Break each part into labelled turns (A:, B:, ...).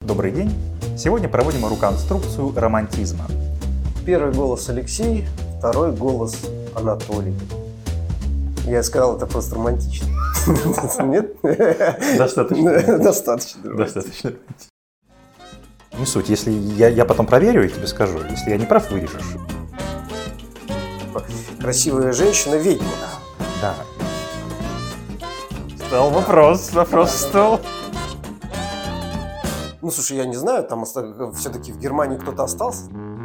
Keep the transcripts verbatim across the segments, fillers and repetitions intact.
A: Добрый день! Сегодня проводим реконструкцию романтизма.
B: Первый голос Алексей, второй голос Анатолий. Я сказал, это просто романтично. Нет?
A: Достаточно.
B: Достаточно.
A: Достаточно. Не суть. Если я, я потом проверю и тебе скажу. Если я не прав, вырежешь.
B: Красивая женщина ведьма.
A: Да. Стал вопрос. Вопрос стал.
B: Ну, слушай, я не знаю, там все-таки в Германии кто-то остался.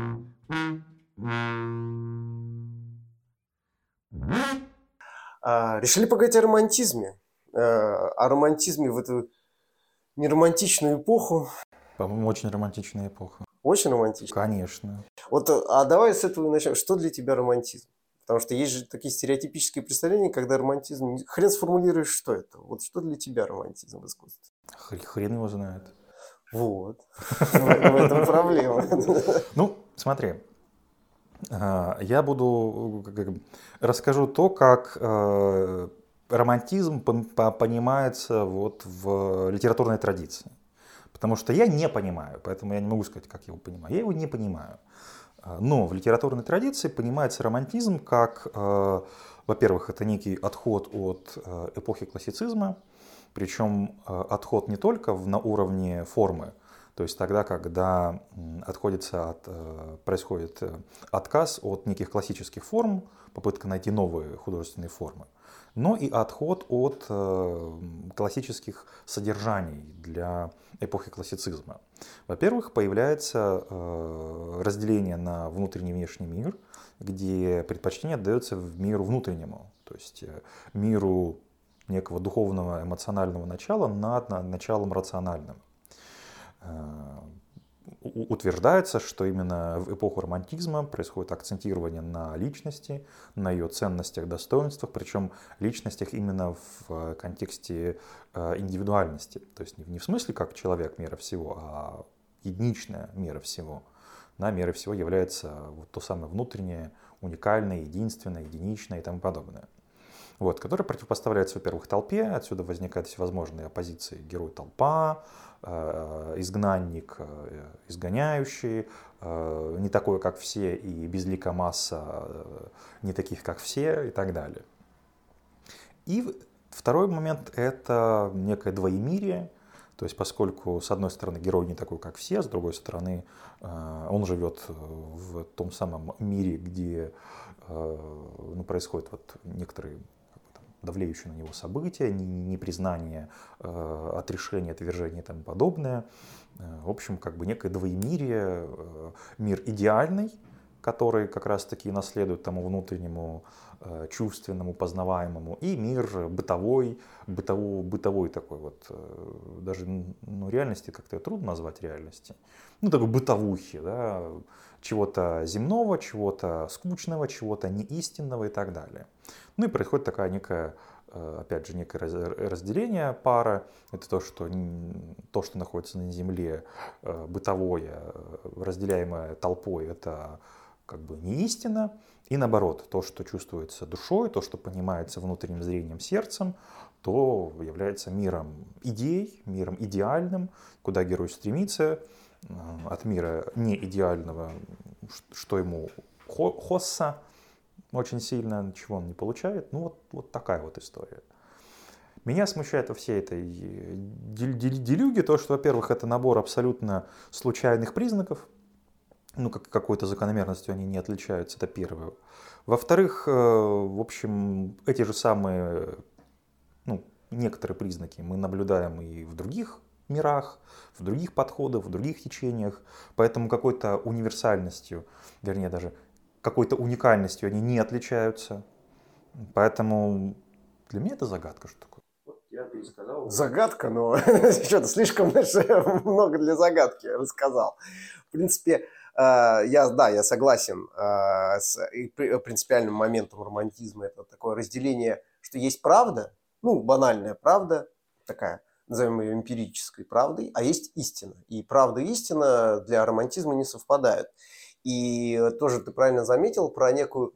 B: А, решили поговорить о романтизме. А, о романтизме в эту неромантичную эпоху.
A: По-моему, очень романтичная эпоха.
B: Очень романтичная?
A: Конечно.
B: Вот, а давай с этого начнем. Что для тебя романтизм? Потому что есть же такие стереотипические представления, когда романтизм... Хрен сформулируешь, что это. Вот что для тебя романтизм в искусстве?
A: Хрен его знает.
B: Вот. В этом проблема.
A: Ну, смотри. Я буду... Расскажу то, как романтизм понимается вот в литературной традиции. Потому что я не понимаю, поэтому я не могу сказать, как я его понимаю. Я его не понимаю. Но в литературной традиции понимается романтизм как, во-первых, это некий отход от эпохи классицизма, причем отход не только на уровне формы, то есть тогда, когда отходится от, происходит отказ от неких классических форм, попытка найти новые художественные формы, но и отход от классических содержаний для эпохи классицизма. Во-первых, появляется разделение на внутренний и внешний мир, где предпочтение отдается в миру внутреннему, то есть миру некого духовного эмоционального начала над началом рациональным. Утверждается, что именно в эпоху романтизма происходит акцентирование на личности, на ее ценностях, достоинствах, причем личностях именно в контексте индивидуальности. То есть не в смысле как человек мера всего, а единичная мера всего. Да, мерой всего является вот то самое внутреннее, уникальное, единственное, единичное и тому подобное. Вот, которое противопоставляется, во-первых, толпе, отсюда возникают всевозможные оппозиции: герой-толпа, изгнанник, изгоняющий, не такой, как все, и безликая масса не таких, как все, и так далее. И второй момент – это некое двоемирие, то есть поскольку, с одной стороны, герой не такой, как все, с другой стороны, он живет в том самом мире, где ну, происходят вот некоторые давлеющие на него события, непризнание, отрешение, отвержение и тому подобное. В общем, как бы некое двоемирие, мир идеальный, который как раз-таки наследует тому внутреннему чувственному, познаваемому, и мир бытовой, бытовой, бытовой такой вот, даже ну, реальности как-то трудно назвать реальностью, ну такой бытовухи, да, чего-то земного, чего-то скучного, чего-то неистинного и так далее. Ну и происходит такая некая, опять же, некое разделение пара. Это то, что, то, что находится на земле, бытовое, разделяемое толпой, это как бы не истина. И наоборот, то, что чувствуется душой, то, что понимается внутренним зрением, сердцем, то является миром идей, миром идеальным, куда герой стремится, от мира неидеального, что ему хосса очень сильно, чего он не получает. Ну вот, вот такая вот история. Меня смущает во всей этой делюге то, что, во-первых, это набор абсолютно случайных признаков, ну, как какой-то закономерностью они не отличаются, это первое. Во-вторых, в общем, эти же самые, ну, некоторые признаки мы наблюдаем и в других мирах, в других подходах, в других течениях, поэтому какой-то универсальностью, вернее даже какой-то уникальностью они не отличаются. Поэтому для меня это загадка, что такое.
B: Я пересказал. Загадка, но что-то слишком много для загадки рассказал. В принципе, я, да, я согласен с принципиальным моментом романтизма. Это такое разделение, что есть правда, ну, банальная правда, такая, назовем ее эмпирической правдой, а есть истина. И правда и истина для романтизма не совпадают. И тоже ты правильно заметил про некую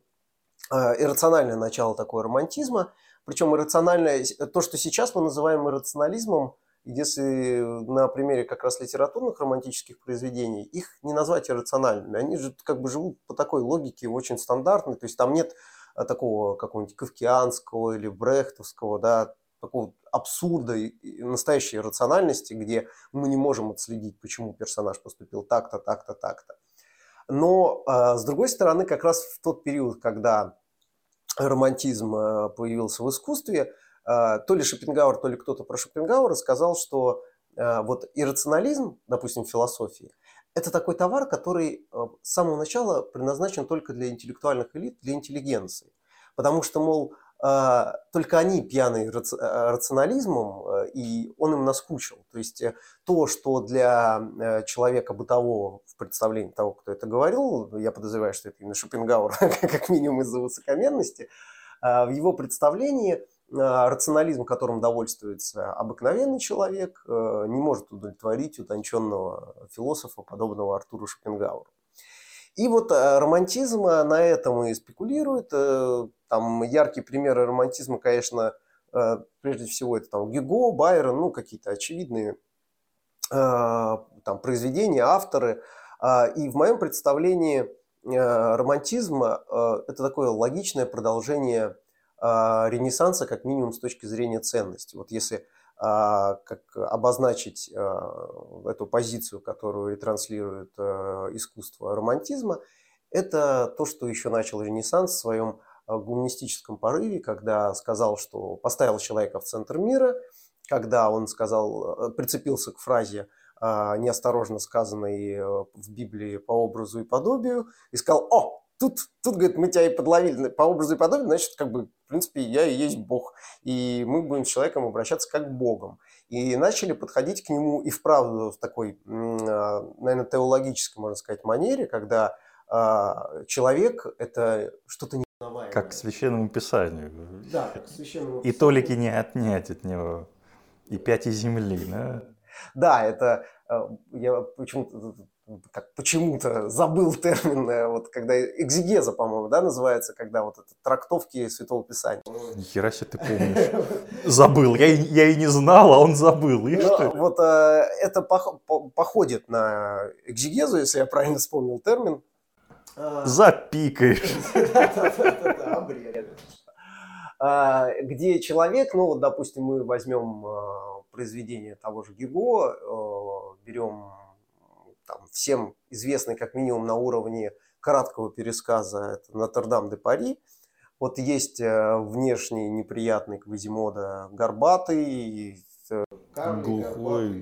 B: иррациональное начало такого романтизма. Причем иррациональное, то, что сейчас мы называем иррационализмом, если на примере как раз литературных романтических произведений, их не назвать иррациональными. Они же как бы живут по такой логике очень стандартной, то есть там нет такого какого-нибудь кафкианского или брехтовского, да, такого абсурда и настоящей иррациональности, где мы не можем отследить, почему персонаж поступил так-то, так-то, так-то. Но, с другой стороны, как раз в тот период, когда романтизм появился в искусстве, то ли Шопенгауэр, то ли кто-то про Шопенгауэра сказал, что вот иррационализм, допустим, в философии, это такой товар, который с самого начала предназначен только для интеллектуальных элит, для интеллигенции. Потому что, мол, только они пьяны рационализмом, и он им наскучил. То есть то, что для человека бытового в представлении того, кто это говорил, я подозреваю, что это именно Шопенгауэр, как минимум из-за высокомерности, в его представлении рационализм, которым довольствуется обыкновенный человек, не может удовлетворить утонченного философа, подобного Артуру Шопенгауэру. И вот романтизм на этом и спекулирует. Там яркие примеры романтизма, конечно, прежде всего это там Гюго, Байрон, ну какие-то очевидные там произведения, авторы. И в моем представлении романтизм это такое логичное продолжение Ренессанса, как минимум с точки зрения ценности. Вот если как обозначить эту позицию, которую ретранслирует искусство романтизма, это то, что еще начал Ренессанс в своем гуманистическом порыве, когда сказал, что поставил человека в центр мира, когда он сказал, прицепился к фразе, неосторожно сказанной в Библии по образу и подобию, и сказал: «О, тут, тут, говорит, мы тебя и подловили по образу и подобию, значит, как бы, в принципе, я и есть Бог, и мы будем с человеком обращаться как к Богом». И начали подходить к нему и вправду в такой, наверное, теологической, можно сказать, манере, когда человек – это что-то неузнаваемое.
A: Как к Священному Писанию.
B: Да, как к Священному
A: Писанию. И толики не отнять от него, и пяти земли, да?
B: Да, это я почему-то, как, почему-то забыл термин, вот когда экзегеза, по-моему, да, называется, когда вот это трактовки Святого Писания.
A: Нихера себе ты помнишь. Забыл, я, я и не знал, а он забыл.
B: Но, вот это походит на экзегезу, если я правильно вспомнил термин.
A: Запикаешь.
B: Где человек, ну вот, допустим, мы возьмем произведение того же Гюго, берем там, всем известный как минимум на уровне краткого пересказа, это «Нотр-Дам-де-Пари». Вот есть внешний неприятный Квазимода, горбатый,
A: глухой,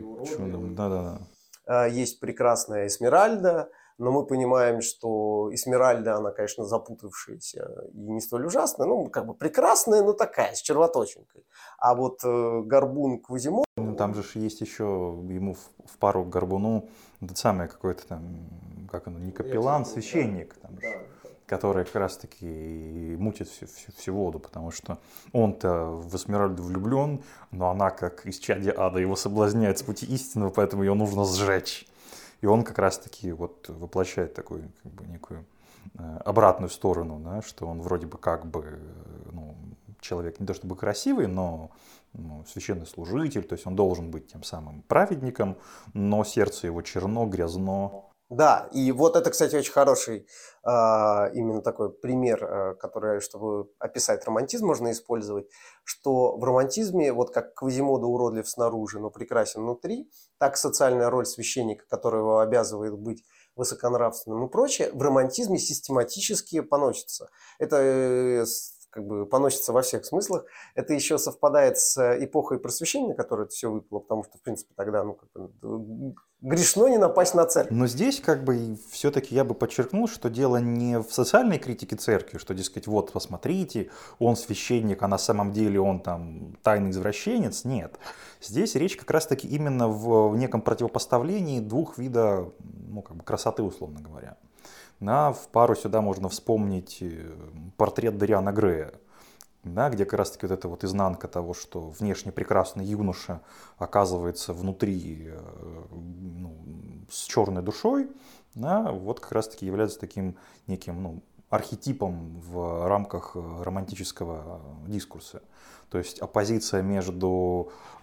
B: да-да-да. Есть прекрасная Эсмеральда, но мы понимаем, что Эсмеральда, она, конечно, запутавшаяся и не столь ужасная, ну, как бы прекрасная, но такая, с червоточинкой. А вот э, горбун Квазимода...
A: Ну, там же есть еще ему в, в пару к горбуну это самое какой-то там, как оно, не капеллан, священник, там, да, да. Который как раз-таки мутит всю, всю, всю воду, потому что он-то в Эсмеральду влюблен, но она, как исчадие ада, его соблазняет с пути истинного, поэтому ее нужно сжечь. И он как раз-таки вот воплощает такую как бы некую э, обратную сторону, да, что он вроде бы как бы ну, человек не то чтобы красивый, но ну, священный служитель, то есть он должен быть тем самым праведником, но сердце его черно, грязно.
B: Да, и вот это, кстати, очень хороший э, именно такой пример, э, который, чтобы описать романтизм, можно использовать, что в романтизме, вот как Квазимода уродлив снаружи, но прекрасен внутри, так социальная роль священника, который его обязывает быть высоконравственным и прочее, в романтизме систематически поносится. Это э, как бы поносится во всех смыслах. Это еще совпадает с эпохой просвещения, на которой это все выпало, потому что, в принципе, тогда ну, как бы, грешно не напасть на церковь.
A: Но здесь как бы все-таки я бы подчеркнул, что дело не в социальной критике церкви, что, дескать, вот, посмотрите, он священник, а на самом деле он там тайный извращенец. Нет. Здесь речь как раз-таки именно в неком противопоставлении двух видов ну, как бы красоты, условно говоря. Да, в пару сюда можно вспомнить портрет Дориана Грея, да, где как раз таки вот эта вот изнанка того, что внешне прекрасный юноша оказывается внутри ну, с черной душой, да, вот как раз таки является таким неким ну, архетипом в рамках романтического дискурса. То есть оппозиция между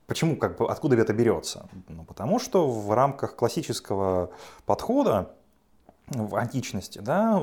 A: Почему, как бы, откуда это берется? Ну, потому что в рамках классического подхода в античности, да,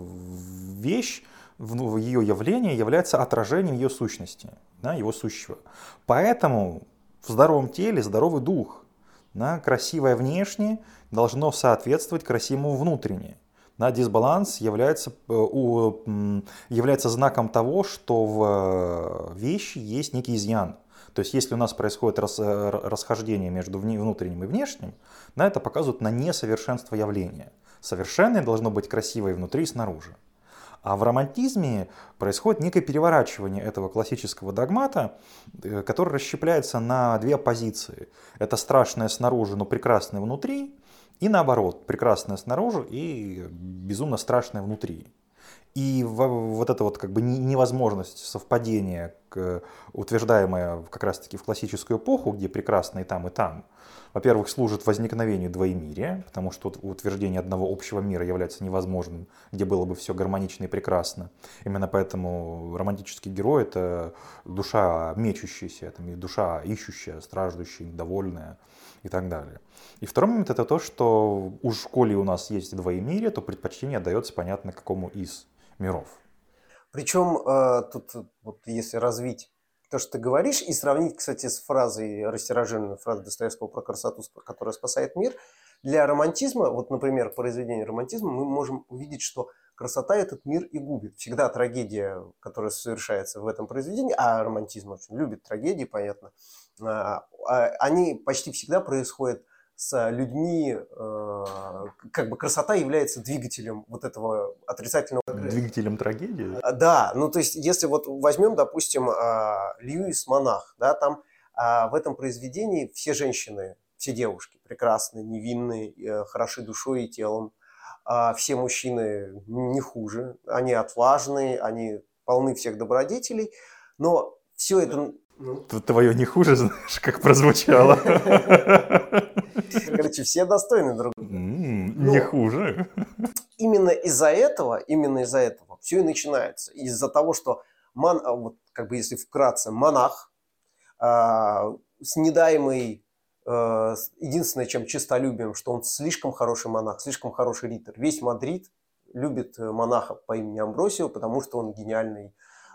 A: вещь, ее явление является отражением ее сущности, да, его сущего. Поэтому в здоровом теле здоровый дух. Да, красивое внешнее должно соответствовать красивому внутреннее. Да, дисбаланс является, является знаком того, что в вещи есть некий изъян. То есть если у нас происходит расхождение между внутренним и внешним, да, это показывает на несовершенство явления. Совершенное должно быть красивое внутри и снаружи. А в романтизме происходит некое переворачивание этого классического догмата, который расщепляется на две позиции. Это страшное снаружи, но прекрасное внутри, и наоборот, прекрасное снаружи и безумно страшное внутри. И вот эта вот как бы невозможность совпадения, утверждаемая как раз-таки в классическую эпоху, где прекрасно и там, и там, во-первых, служит возникновению двоемирия, потому что утверждение одного общего мира является невозможным, где было бы все гармонично и прекрасно. Именно поэтому романтический герой — это душа мечущаяся, это душа ищущая, страждущая, недовольная и так далее. И второй момент — это то, что уж коли у нас есть двоемирие, то предпочтение отдается, понятно, какому из миров.
B: Причем э, тут, вот, если развить то, что ты говоришь, и сравнить, кстати, с фразой, растиражированной фразой Достоевского про красоту, которая спасает мир, для романтизма, вот, например, произведение романтизма, мы можем увидеть, что красота этот мир и губит. Всегда трагедия, которая совершается в этом произведении, а романтизм очень любит трагедии, понятно, они почти всегда происходят с людьми, как бы красота является двигателем вот этого отрицательного...
A: Двигателем трагедии?
B: Да, ну то есть если вот возьмем, допустим, Льюис Монах, да, там в этом произведении все женщины, все девушки прекрасные, невинные, хороши душой и телом, все мужчины не хуже, они отважные, они полны всех добродетелей, но все это...
A: Твое не хуже, знаешь, как прозвучало.
B: Короче, все достойны друг друга.
A: Mm, не хуже.
B: Именно из-за этого, именно из-за этого все и начинается. Из-за того, что, мон, вот, как бы если вкратце, монах, э, с недаемой, э, единственное, чем честолюбием, что он слишком хороший монах, слишком хороший ритор. Весь Мадрид любит монаха по имени Амбросио, потому что он гениальный,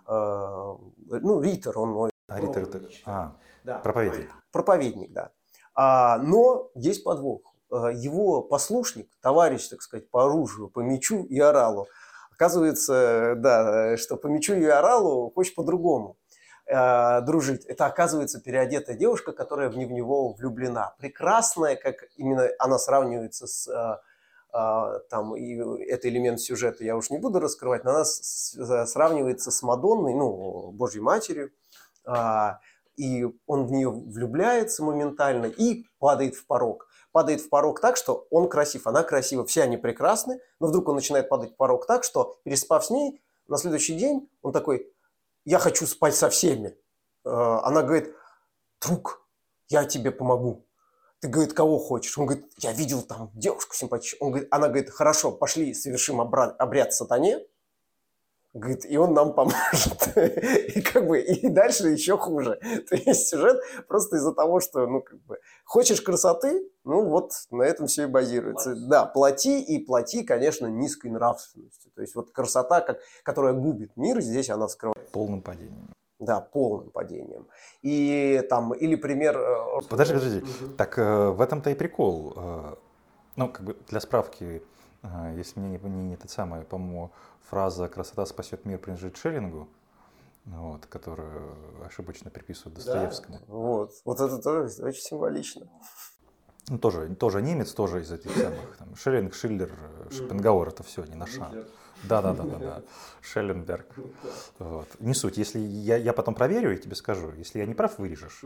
B: э, ну, ритор, он...
A: А, ритор, это... а, да, проповедник.
B: Проповедник, да. А, но есть подвох. Его послушник, товарищ, так сказать, по оружию, по мечу и оралу, оказывается, да, что по мечу и оралу хочет по-другому э, дружить. Это, оказывается, переодетая девушка, которая в него влюблена. Прекрасная, как именно она сравнивается с... Э, э, там, и это элемент сюжета я уж не буду раскрывать, но она с, с, сравнивается с Мадонной, ну, Божьей Матерью. Э, и он в нее влюбляется моментально и падает в порок. Падает в порок так, что он красив, она красива, все они прекрасны, но вдруг он начинает падать в порок так, что, переспав с ней, на следующий день он такой: я хочу спать со всеми. Она говорит: друг, я тебе помогу. Ты, говорит, кого хочешь? Он говорит: я видел там девушку симпатичную. Он говорит, она говорит: хорошо, пошли совершим обряд, обряд сатане. Говорит, и он нам поможет. И как бы и дальше еще хуже. То есть сюжет просто из-за того, что, ну, как бы, хочешь красоты, ну, вот на этом все и базируется. Плати. Да, плати, и плати, конечно, низкой нравственностью. То есть вот красота, как, которая губит мир, здесь она скрывается.
A: Полным падением.
B: Да, полным падением. И там, или пример...
A: Подожди, подожди. Угу. Так в этом-то и прикол. Ну, как бы для справки, если мне не, не, не тот самый, по-моему, фраза «красота спасет мир» принадлежит Шеллингу, вот, которую ошибочно приписывают Достоевскому.
B: Да, вот, вот это тоже очень символично.
A: Ну, тоже, тоже немец, тоже из этих самых. Там, Шеллинг, Шиллер, Шопенгауэр — это все не на шаг. Да, да, да, да, да. Шелленберг. Вот. Не суть. Если я, я потом проверю и тебе скажу. Если я не прав, вырежешь.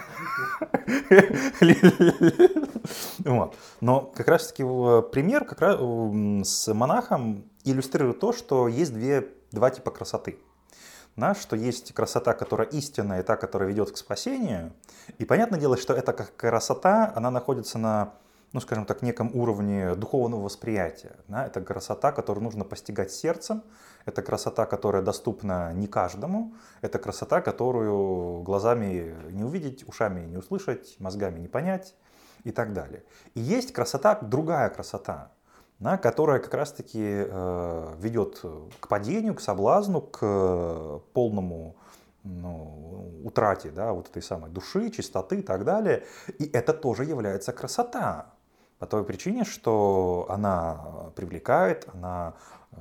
A: Вот. Но как раз таки пример как раз с монахом иллюстрирует то, что есть две, два типа красоты. Да, что есть красота, которая истинная, и та, которая ведет к спасению. И понятное дело, что эта красота, она находится на ну, скажем так, неком уровне духовного восприятия. Да? Это красота, которую нужно постигать сердцем, это красота, которая доступна не каждому, это красота, которую глазами не увидеть, ушами не услышать, мозгами не понять и так далее. И есть красота, другая красота, да, которая как раз-таки э, ведет к падению, к соблазну, к полному ну, утрате, да, вот этой самой души, чистоты и так далее. И это тоже является красота. По той причине, что она привлекает, она э,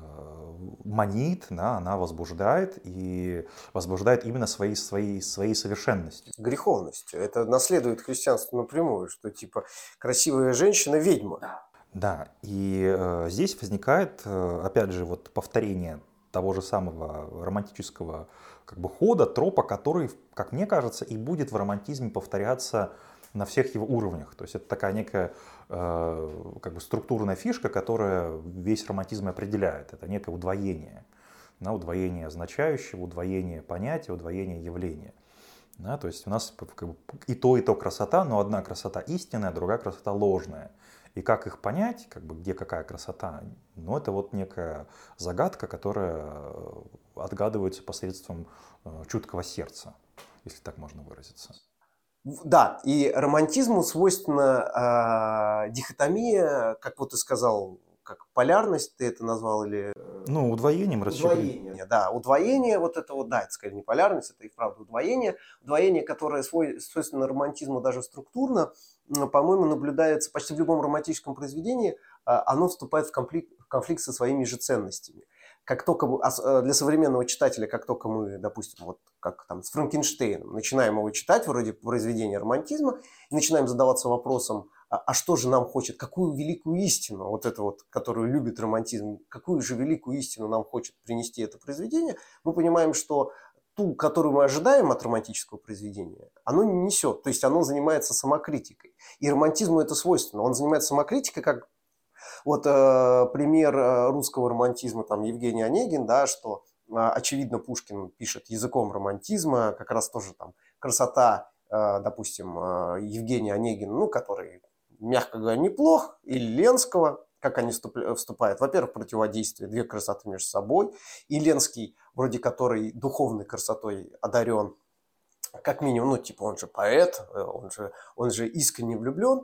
A: манит, да, она возбуждает и возбуждает именно своей, своей, своей совершенностью.
B: Греховностью. Это наследует христианство напрямую, что типа красивая женщина ведьма.
A: Да, и э, здесь возникает, э, опять же, вот повторение того же самого романтического как бы хода, тропа, который, как мне кажется, и будет в романтизме повторяться на всех его уровнях. То есть это такая некая э, как бы структурная фишка, которая весь романтизм определяет. Это некое удвоение. Да, удвоение означающего, удвоение понятия, удвоение явления. Да, то есть у нас как бы и то, и то красота, но одна красота истинная, другая красота ложная. И как их понять, как бы, где какая красота, ну, это вот некая загадка, которая отгадывается посредством э, чуткого сердца, если так можно выразиться.
B: Да, и романтизму свойственна э, дихотомия, как вот ты сказал, как полярность ты это назвал, или...
A: Ну, удвоением расщепление.
B: Удвоение, да, удвоение, вот это вот, да, это скорее не полярность, это и вправду удвоение. Удвоение, которое свой, свойственно романтизму даже структурно, по-моему, наблюдается почти в любом романтическом произведении, оно вступает в конфликт, в конфликт со своими же ценностями. Как только для современного читателя, как только мы, допустим, вот как там с Франкенштейном, начинаем его читать, вроде произведения романтизма, и начинаем задаваться вопросом, а что же нам хочет, какую великую истину, вот это вот, которую любит романтизм, какую же великую истину нам хочет принести это произведение, мы понимаем, что ту, которую мы ожидаем от романтического произведения, оно не несет, то есть оно занимается самокритикой. И романтизму это свойственно, он занимается самокритикой, как вот э, пример русского романтизма, там Евгений Онегин, да, что э, очевидно Пушкин пишет языком романтизма, как раз тоже там красота, э, допустим, э, Евгения Онегина, ну, который, мягко говоря, неплох, или Ленского, как они вступают. Во-первых, противодействие, две красоты между собой. И Ленский, вроде который духовной красотой одарен, как минимум, ну, типа, он же поэт, он же, он же искренне влюблен.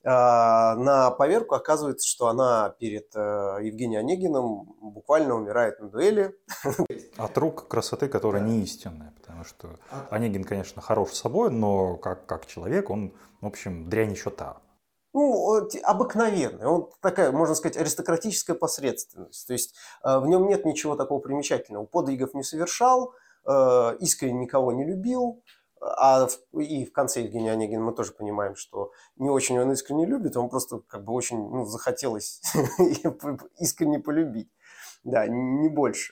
B: На поверку оказывается, что она перед Евгением Онегиным буквально умирает на дуэли.
A: От рук красоты, которая не истинная, потому что Онегин, конечно, хорош собой, но как, как человек он, в общем, дрянь еще та.
B: Ну, обыкновенный, он такая, можно сказать, аристократическая посредственность. То есть в нем нет ничего такого примечательного. Подвигов не совершал, искренне никого не любил. А в, и в конце Евгения Онегина мы тоже понимаем, что не очень он искренне любит, он просто как бы очень ну, захотелось искренне полюбить. Да, не больше.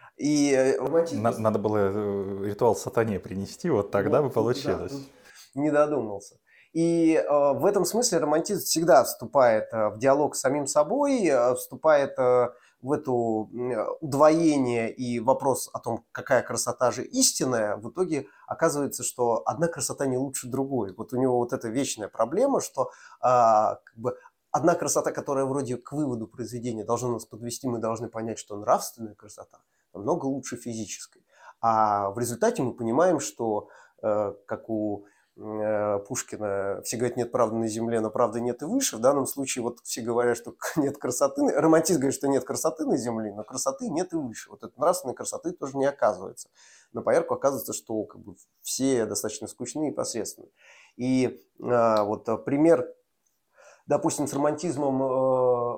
B: И
A: надо было ритуал сатане принести, вот тогда бы получилось.
B: Не додумался. И э, в этом смысле романтизм всегда вступает э, в диалог с самим собой, э, вступает э, в это э, удвоение и вопрос о том, какая красота же истинная, в итоге оказывается, что одна красота не лучше другой. Вот у него вот эта вечная проблема, что э, как бы одна красота, которая вроде к выводу произведения должна нас подвести, мы должны понять, что нравственная красота намного лучше физической. А в результате мы понимаем, что э, как у Пушкина все говорят, нет правды на земле, но правды нет и выше. В данном случае вот все говорят, что нет красоты. Романтист говорит, что нет красоты на земле, но красоты нет и выше. Вот этой нравственной красоты тоже не оказывается. На поверку оказывается, что как бы, все достаточно скучные и посредственные. И а, вот пример, допустим, с романтизмом э,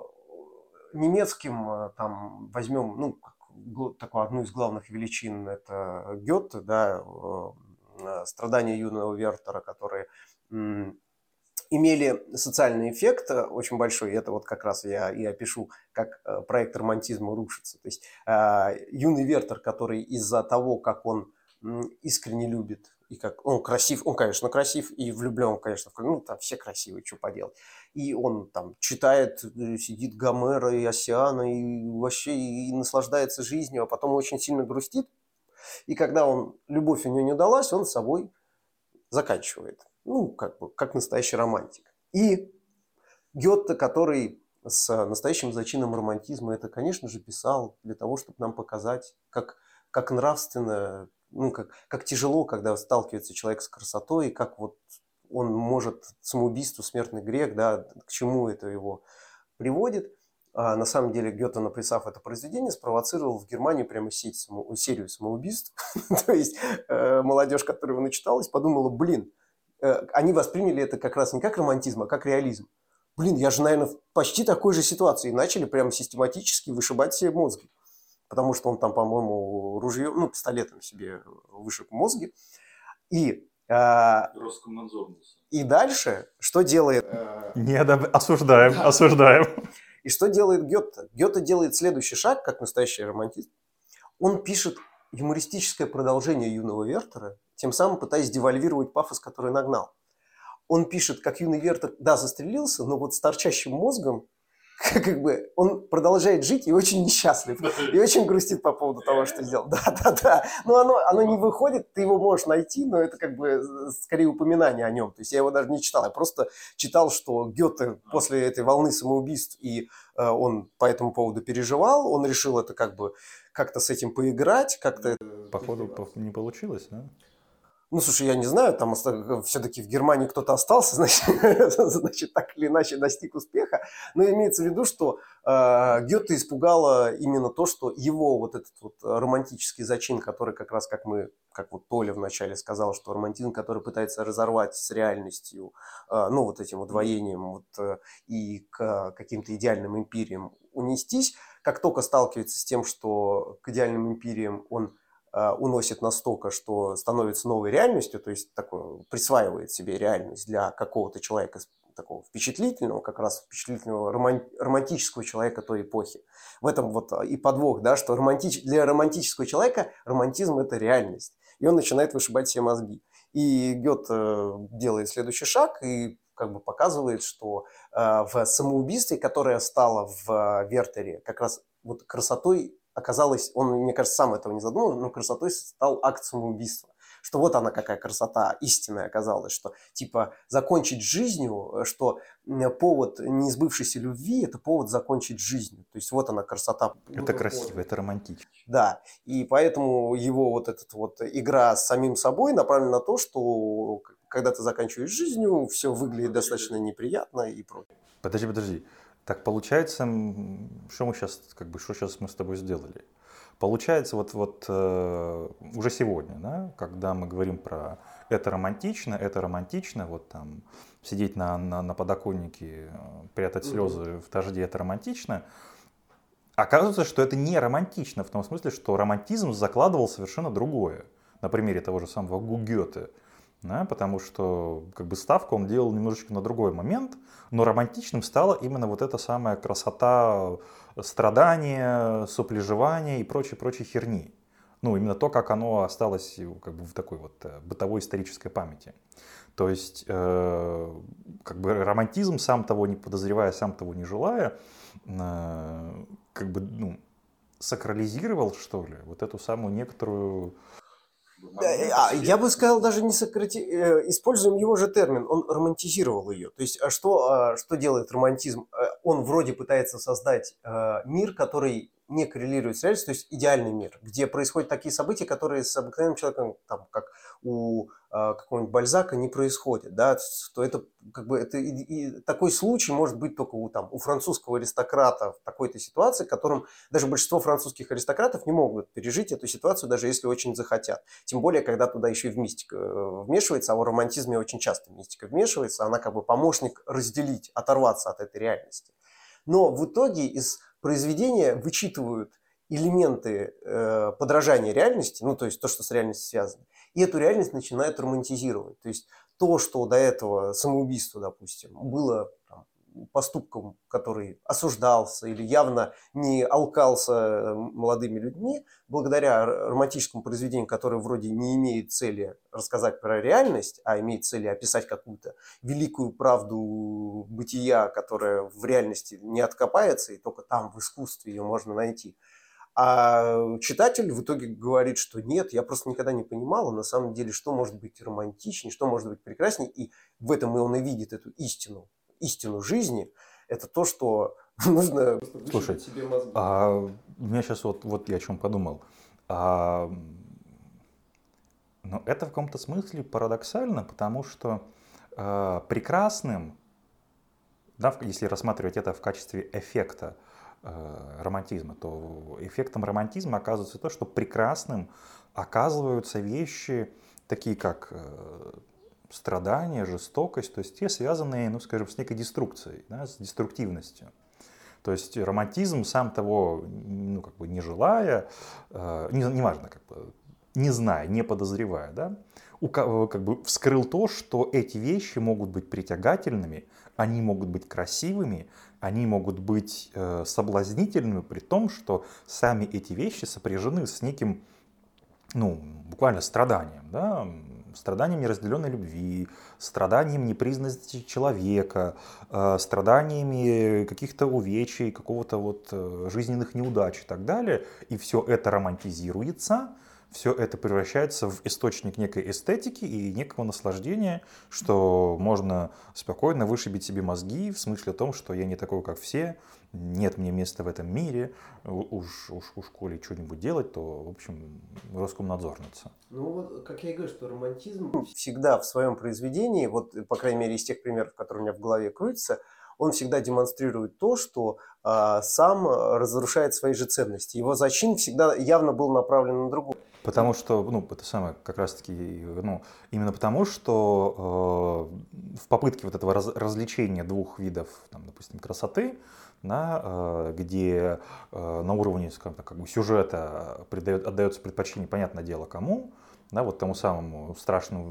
B: немецким, там возьмем, ну, такую одну из главных величин, это Гёте, да, страдания юного Вертера, которые м, имели социальный эффект очень большой. И это вот как раз я и опишу, как э, проект романтизма рушится. То есть э, юный Вертер, который из-за того, как он м, искренне любит, и как он красив, он, конечно, красив, и влюблен, конечно, ну, там все красивые, что поделать. И он там читает, сидит Гомера и Оссиана, и вообще и наслаждается жизнью, а потом очень сильно грустит. И когда он, любовь у него не удалась, он с собой заканчивает. Ну, как бы, как настоящий романтик. И Гёте, который с настоящим зачином романтизма это, конечно же, писал для того, чтобы нам показать, как, как нравственно, ну, как, как тяжело, когда сталкивается человек с красотой, и как вот он может самоубийство, смертный грех, да, к чему это его приводит. А на самом деле Гёте, написав это произведение, спровоцировал в Германии прямо сеть, само, серию самоубийств. То есть э, молодежь, которая его начиталась, подумала, блин, э, они восприняли это как раз не как романтизм, а как реализм. Блин, я же, наверное, в почти такой же ситуации. И начали прямо систематически вышибать себе мозги. Потому что он там, по-моему, ружьем, ну, пистолетом себе вышиб мозги. И, э, и дальше, что делает... Э,
A: Не, осуждаем, да. осуждаем.
B: И что делает Гёте? Гёте делает следующий шаг, как настоящий романтист. Он пишет юмористическое продолжение юного Вертера, тем самым пытаясь девальвировать пафос, который нагнал. Он пишет, как юный Вертер, да, застрелился, но вот с торчащим мозгом, как бы, он продолжает жить и очень несчастлив. И очень грустит по поводу того, что сделал. Да, да, да. Но оно, оно не выходит, ты его можешь найти, но это как бы скорее упоминание о нем. То есть я его даже не читал. Я просто читал, что Гёте после этой волны самоубийств, и э, он по этому поводу переживал, он решил это как бы как-то с этим поиграть, как-то...
A: Походу не получилось, да?
B: Ну, слушай, я не знаю, там все-таки в Германии кто-то остался, значит, значит, так или иначе достиг успеха. Но имеется в виду, что э, Гёте испугало именно то, что его вот этот вот романтический зачин, который как раз, как мы, как вот Толя вначале сказал, что романтизм, который пытается разорвать с реальностью, э, ну, вот этим удвоением вот, э, и к каким-то идеальным империям унестись, как только сталкивается с тем, что к идеальным империям он уносит настолько, что становится новой реальностью, то есть такое, присваивает себе реальность для какого-то человека такого впечатлительного, как раз впечатлительного романтического человека той эпохи. В этом вот и подвох, да, что романтич... для романтического человека романтизм – это реальность. И он начинает вышибать все мозги. И Гёте делает следующий шаг и как бы показывает, что э, в самоубийстве, которое стало в Вертере, как раз вот красотой оказалось, он, мне кажется, сам этого не задумал, но красотой стал акт самоубийства. Что вот она какая красота истинная оказалась, что типа закончить жизнью, что повод неизбывшейся любви – это повод закончить жизнью. То есть вот она красота.
A: Это красиво, это романтично.
B: Да, и поэтому его вот эта вот игра с самим собой направлена на то, что когда ты заканчиваешь жизнью, все выглядит достаточно неприятно и прочее.
A: Подожди, подожди. Так получается, что мы сейчас, как бы, что сейчас мы с тобой сделали? Получается, вот, вот э, уже сегодня, да, когда мы говорим про это романтично, это романтично, вот там сидеть на, на, на подоконнике, прятать слезы mm-hmm. в дожде, это романтично. Оказывается, что это не романтично, в том смысле, что романтизм закладывал совершенно другое. На примере того же самого Гёте. Да, потому что как бы ставку он делал немножечко на другой момент, но романтичным стала именно вот эта самая красота страдания, соплежевания и прочей-прочей херни. Ну, именно то, как оно осталось как бы в такой вот бытовой исторической памяти. То есть, э, как бы романтизм, сам того не подозревая, сам того не желая, э, как бы, ну, сакрализировал, что ли, вот эту самую некоторую...
B: Я бы сказал, даже не сократи... Используем его же термин, он романтизировал ее. То есть, что, что делает романтизм? Он вроде пытается создать мир, который не коррелирует с реальностью, то есть идеальный мир, где происходят такие события, которые с обыкновенным человеком, там, как у э, какого-нибудь Бальзака, не происходят. Да? То это, как бы, это, и, и такой случай может быть только у, там, у французского аристократа в такой-то ситуации, в котором даже большинство французских аристократов не могут пережить эту ситуацию, даже если очень захотят. Тем более, когда туда еще и в мистика вмешивается, а в романтизме очень часто мистика вмешивается, она как бы помощник разделить, оторваться от этой реальности. Но в итоге из произведения вычитывают элементы э, подражания реальности, ну то есть то, что с реальностью связано, и эту реальность начинают романтизировать. То есть то, что до этого самоубийство, допустим, было там, поступком, который осуждался или явно не алкался молодыми людьми, благодаря романтическому произведению, которое вроде не имеет цели рассказать про реальность, а имеет цели описать какую-то великую правду бытия, которая в реальности не откопается, и только там в искусстве ее можно найти. А читатель в итоге говорит, что нет, я просто никогда не понимала, на самом деле, что может быть романтичнее, что может быть прекраснее, и в этом и он и видит эту истину. истину жизни, это то, что нужно
A: Слушай, себе мозги. А, у меня сейчас вот, вот я о чем подумал. А, но это в каком-то смысле парадоксально, потому что а, прекрасным, да, если рассматривать это в качестве эффекта а, романтизма, то эффектом романтизма оказывается то, что прекрасным оказываются вещи, такие как а, страдания, жестокость, то есть те, связанные, ну, скажем, с некой деструкцией, да, с деструктивностью. То есть романтизм, сам того, ну, как бы не желая, э, не, неважно, как бы, не зная, не подозревая, да, у, как бы вскрыл то, что эти вещи могут быть притягательными, они могут быть красивыми, они могут быть э, соблазнительными, при том, что сами эти вещи сопряжены с неким, ну, буквально страданием, да, страданием неразделенной любви, страданием непризнанности человека, э, страданиями каких-то увечий, какого-то вот э, жизненных неудач и так далее. И все это романтизируется, все это превращается в источник некой эстетики и некого наслаждения, что можно спокойно вышибить себе мозги в смысле о том, что я не такой, как все, нет мне места в этом мире, уж, уж, уж коли что-нибудь делать, то, в общем, Роскомнадзорница.
B: Ну вот, как я и говорю, что романтизм всегда в своем произведении, вот, по крайней мере, из тех примеров, которые у меня в голове крутятся, он всегда демонстрирует то, что а, сам разрушает свои же ценности. Его зачин всегда явно был направлен на другое.
A: Потому что, ну, это самое, как раз-таки, ну, именно потому, что э, в попытке вот этого раз, развлечения двух видов, там, допустим, красоты, да, э, где э, на уровне, скажем так, как бы сюжета придает, отдается предпочтение, понятное дело, кому, да, вот тому самому страшному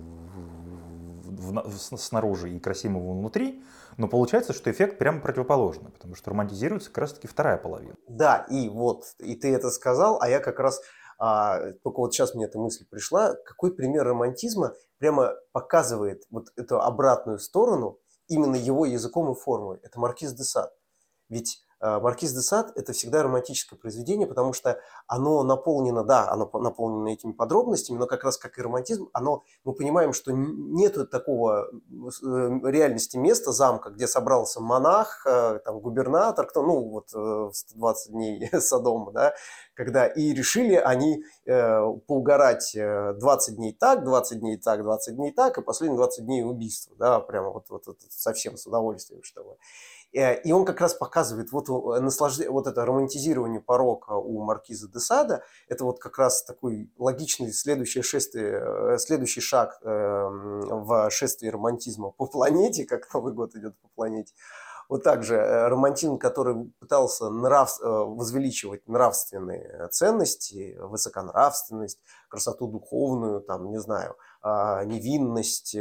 A: в, в, в, снаружи и красивому внутри, но получается, что эффект прямо противоположный, потому что романтизируется как раз-таки вторая половина.
B: Да, и вот, и ты это сказал, а я как раз... А, только вот сейчас мне эта мысль пришла, какой пример романтизма прямо показывает вот эту обратную сторону именно его языком и формой. Это Маркиз де Сад. Ведь а, Маркиз де Сад – это всегда романтическое произведение, потому что оно наполнено, да, оно наполнено этими подробностями, но как раз как и романтизм, оно, мы понимаем, что нет такого реальности места, замка, где собрался монах, там, губернатор, кто, ну, вот в сто двадцать дней Содома, да, когда и решили они э, поугарать двадцать дней так, двадцать дней так, двадцать дней так, и последние двадцать дней убийства, да, прямо вот, вот, вот совсем с удовольствием, чтобы. И он как раз показывает вот, наслаждение, вот это романтизирование порока у Маркиза де Сада, это вот как раз такой логичный следующее шествие, следующий шаг в шествии романтизма по планете, как Новый год идет по планете. Вот также романтизм, который пытался нрав... возвеличивать нравственные ценности, высоконравственность, красоту духовную, там, не знаю, невинность,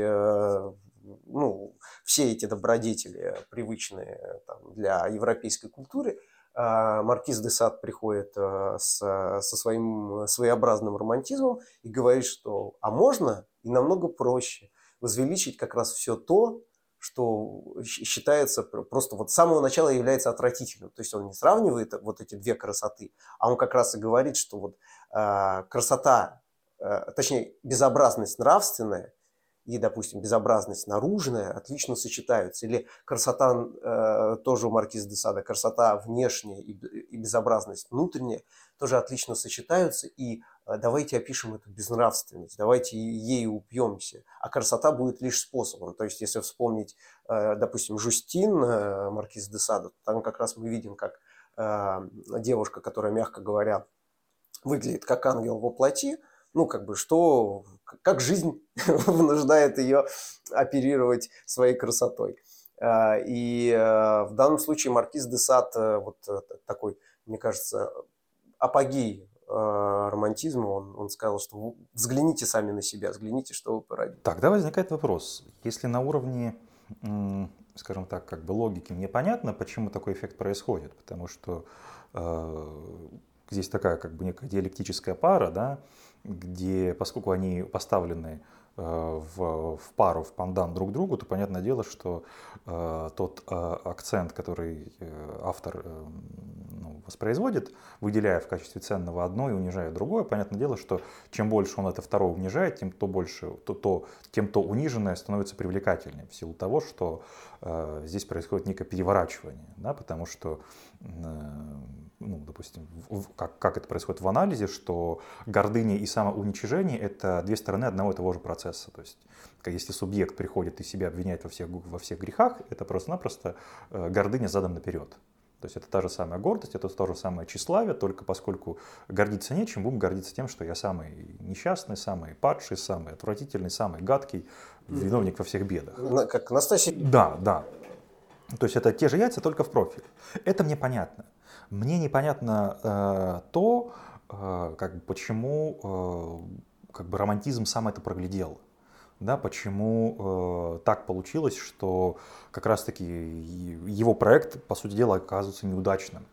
B: ну, все эти добродетели, привычные там, для европейской культуры, Маркиз де Сад приходит с, со своим своеобразным романтизмом и говорит, что а можно и намного проще возвеличить как раз все то, что считается просто вот с самого начала является отвратительным. То есть он не сравнивает вот эти две красоты, а он как раз и говорит, что вот э, красота, э, точнее безобразность нравственная и, допустим, безобразность наружная отлично сочетаются. Или красота, э, тоже у Маркиза де Сада, красота внешняя и, и безобразность внутренняя тоже отлично сочетаются. И э, давайте опишем эту безнравственность, давайте ею упьемся. А красота будет лишь способом. То есть, если вспомнить, э, допустим, Жюстин, э, Маркиз де Сада, там как раз мы видим, как э, девушка, которая, мягко говоря, выглядит как ангел во плоти, ну, как бы, что, как жизнь вынуждает ее оперировать своей красотой. И в данном случае Маркиз де Сад, вот такой, мне кажется, апогей романтизма, он, он сказал, что взгляните сами на себя, взгляните, что вы породили.
A: Тогда возникает вопрос, если на уровне, скажем так, как бы логики мне понятно, почему такой эффект происходит, потому что э, здесь такая как бы некая диалектическая пара, да, где, поскольку они поставлены э, в, в пару, в пандан друг другу, то понятное дело, что э, тот э, акцент, который э, автор э, ну, воспроизводит, выделяя в качестве ценного одно и унижая другое. Понятное дело, что чем больше он это второе унижает, тем то больше, то, то, тем то униженное становится привлекательнее в силу того, что э, здесь происходит некое переворачивание, да, потому что, э, ну, допустим, в, как, как это происходит в анализе, что гордыня и самоуничижение — это две стороны одного и того же процесса. То есть, если субъект приходит и себя обвиняет во всех, во всех грехах, это просто-напросто э, гордыня задом наперед. То есть это та же самая гордость, это то же самое тщеславие, только поскольку гордиться нечем, будем гордиться тем, что я самый несчастный, самый падший, самый отвратительный, самый гадкий, виновник во всех бедах.
B: Как Настасья?
A: Да, да. То есть это те же яйца, только в профиль. Это мне понятно. Мне непонятно э, то, э, как бы, почему э, как бы романтизм сам это проглядел. Да, почему э, так получилось, что как раз-таки его проект, по сути дела, оказывается неудачным.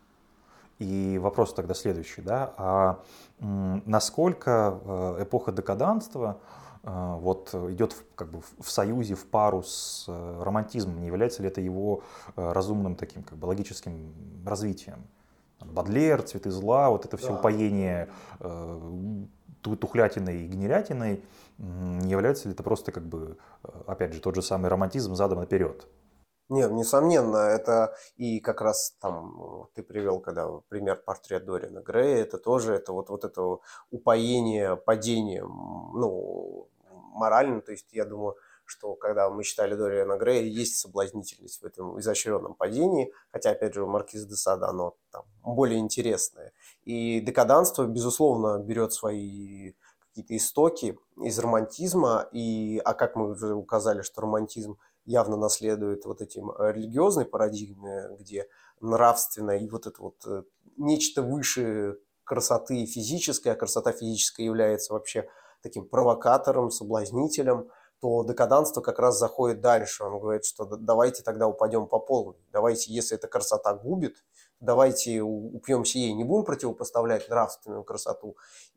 A: И вопрос тогда следующий, да, а м, насколько э, эпоха декаданства э, вот, идет в, как бы в союзе, в пару с э, романтизмом, не является ли это его э, разумным таким как бы логическим развитием? Бадлер, цветы зла, вот это все да. упоение э, тухлятиной и гнилятиной, не является ли это просто, как бы, опять же, тот же самый романтизм задом наперед?
B: Нет, несомненно, это и как раз там ты привел, когда пример портрет Дориана Грея, это тоже это вот, вот это упоение падением, ну, морально, то есть я думаю, что когда мы читали Дориана Грея, есть соблазнительность в этом изощренном падении, хотя, опять же, у Маркиза де Сада оно там более интересное. И декаданство, безусловно, берет свои какие-то истоки из романтизма, и, а как мы уже указали, что романтизм явно наследует вот этим религиозной парадигме, где нравственное и вот это вот нечто выше красоты физической, а красота физическая является вообще таким провокатором, соблазнителем, то декаданство как раз заходит дальше. Он говорит, что давайте тогда упадем по полной. Давайте, если эта красота губит, давайте упьемся ей. Не будем противопоставлять нравственную красоту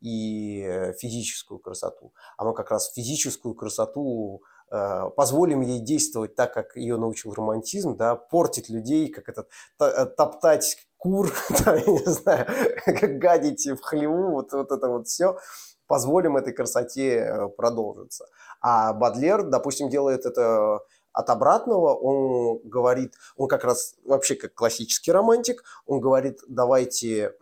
B: и физическую красоту, а мы как раз физическую красоту э, позволим ей действовать так, как ее научил романтизм, да, портить людей, как этот, топтать кур, я не знаю, как гадить в хлеву, вот, вот это вот все. Позволим этой красоте продолжиться. А Бадлер, допустим, делает это от обратного. Он говорит, он как раз вообще как классический романтик, он говорит, давайте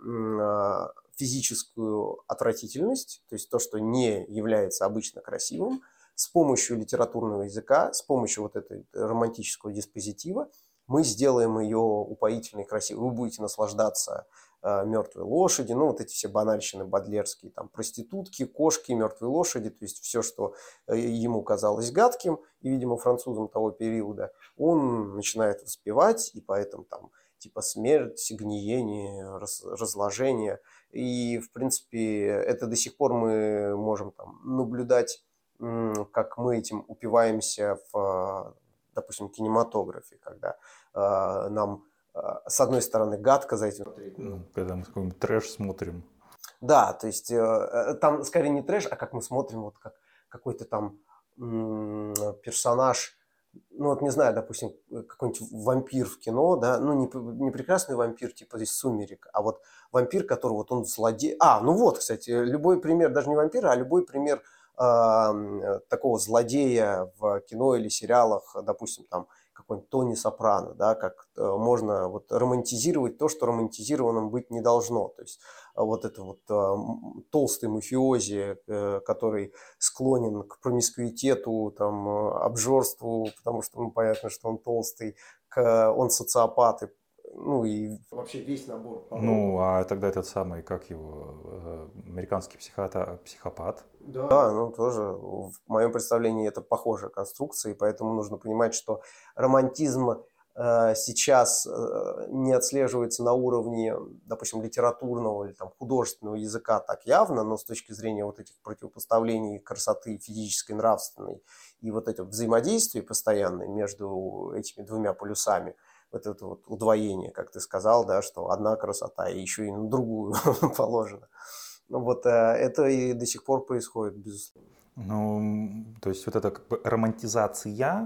B: физическую отвратительность, то есть то, что не является обычно красивым, с помощью литературного языка, с помощью вот этого романтического диспозитива мы сделаем ее упоительной, красивой. Вы будете наслаждаться э, мертвой лошади, ну вот эти все банальщины бадлерские, там проститутки, кошки, мертвые лошади, то есть все, что э, ему казалось гадким, и, видимо, французам того периода, он начинает воспевать, и поэтому там типа смерть, гниение, раз, разложение. И, в принципе, это до сих пор мы можем там наблюдать, м, как мы этим упиваемся в, допустим, кинематографе, когда э, нам, э, с одной стороны, гадко за этим смотреть.
A: Ну, когда мы какой-нибудь трэш смотрим.
B: Да, то есть э, там скорее не трэш, а как мы смотрим, вот как какой-то там м, персонаж, ну вот не знаю, допустим, какой-нибудь вампир в кино, да, ну не, не прекрасный вампир типа из «Сумерек», а вот вампир, который вот он злодей. А, ну вот, кстати, любой пример, даже не вампира, а любой пример э, такого злодея в кино или сериалах, допустим, там какой-нибудь Тони Сопрано, да, как э, можно вот романтизировать то, что романтизированным быть не должно. То есть э, вот это вот э, толстый мафиози, э, который склонен к промискуитету, там, э, обжорству, потому что ну, понятно, что он толстый, к, он социопат, и, ну и вообще весь набор пороков.
A: Ну, а тогда этот самый, как его, э, американский психота, психопат.
B: Да. да, ну тоже в моем представлении это похожая конструкция, и поэтому нужно понимать, что романтизм э, сейчас э, не отслеживается на уровне, допустим, литературного или там, художественного языка так явно, но с точки зрения вот этих противопоставлений красоты физической, нравственной и вот этого взаимодействия постоянной между этими двумя полюсами, вот это вот удвоение, как ты сказал, да, что одна красота и еще и на другую положено. Ну вот это и до сих пор происходит, безусловно.
A: Ну, то есть вот эта как бы романтизация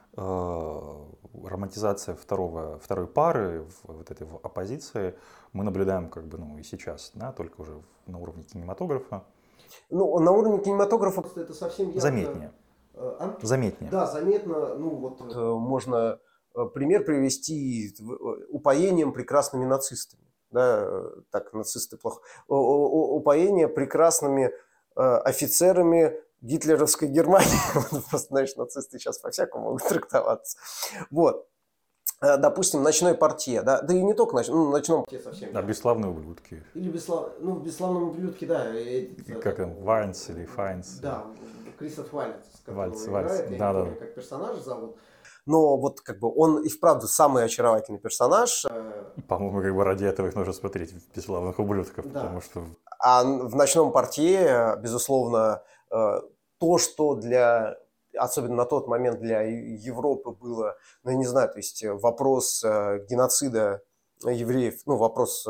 A: романтизация второго, второй пары, вот этой оппозиции, мы наблюдаем как бы, ну, и сейчас, да, только уже на уровне кинематографа.
B: Ну, на уровне кинематографа это совсем ярко.
A: Заметнее.
B: А?
A: Заметнее.
B: Да, заметно. Ну, вот можно пример привести упоением прекрасными нацистами. Да, так, нацисты плохо. Упоение прекрасными офицерами гитлеровской Германии. Просто, знаешь, нацисты сейчас по-всякому могут трактоваться. Вот. Допустим, «Ночной портье», да, да и не только ночной, ну, «Ночном портье» совсем.
A: Да, «Бесславные ублюдки».
B: Или бесслав... ну, в «Бесславном ублюдке», да.
A: И как там, Вайнс или Файнс.
B: Да, Кристоф Вальц,
A: Вальц,
B: которого
A: Вальц.
B: играет, я
A: да,
B: не
A: да.
B: помню, как персонажа зовут. Но вот как бы он и вправду самый очаровательный персонаж.
A: По-моему, как бы ради этого их нужно смотреть, в «Бесславных ублюдков»,
B: да.
A: Потому что...
B: А в «Ночном портье», безусловно, то, что для... особенно на тот момент для Европы было, ну, я не знаю, то есть вопрос геноцида евреев, ну, вопрос,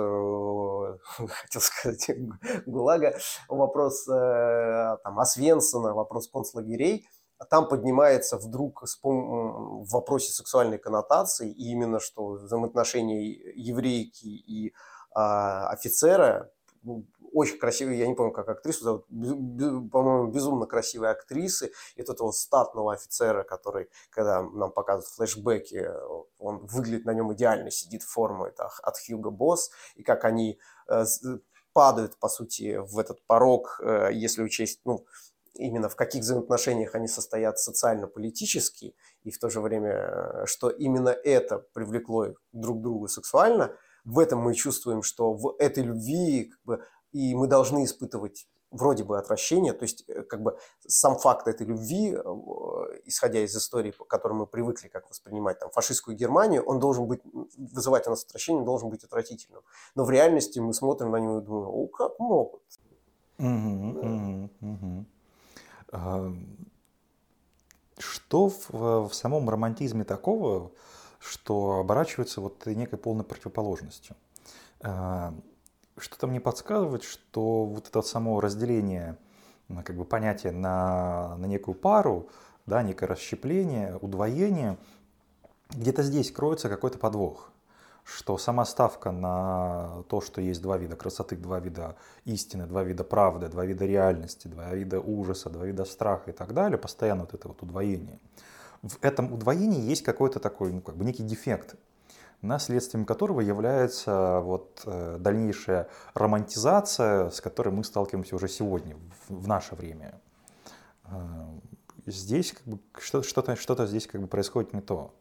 B: хотел сказать, ГУЛАГа, вопрос там, Освенцима, вопрос концлагерей, там поднимается вдруг в вопросе сексуальной коннотации, и именно что взаимоотношения еврейки и а, офицера, очень красивые, я не помню, как актрису зовут, по-моему, безумно красивые актрисы, и вот этого статного офицера, который, когда нам показывают флешбеки, он выглядит на нем идеально, сидит в форме, это от Хьюго Босс, и как они падают, по сути, в этот порог, если учесть, ну, именно в каких взаимоотношениях они состоят социально-политически, и в то же время, что именно это привлекло их друг к другу сексуально, в этом мы чувствуем, что в этой любви как бы, и мы должны испытывать вроде бы отвращение, то есть как бы сам факт этой любви, исходя из истории, к которой мы привыкли как воспринимать там, фашистскую Германию, он должен быть, вызывать у нас отвращение, он должен быть отвратительным. Но в реальности мы смотрим на него и думаем, о, как могут.
A: Угу, да. угу, угу. Что в, в самом романтизме такого, что оборачивается вот некой полной противоположностью? Что-то мне подсказывает, что вот это само разделение, как бы понятие на, на некую пару, да, некое расщепление, удвоение, где-то здесь кроется какой-то подвох. Что сама ставка на то, что есть два вида красоты, два вида истины, два вида правды, два вида реальности, два вида ужаса, два вида страха и так далее, постоянно вот это вот удвоение. В этом удвоении есть какой-то такой, ну, как бы некий дефект, следствием которого является вот дальнейшая романтизация, с которой мы сталкиваемся уже сегодня, в наше время. Здесь как бы что-то, что-то здесь как бы происходит не то.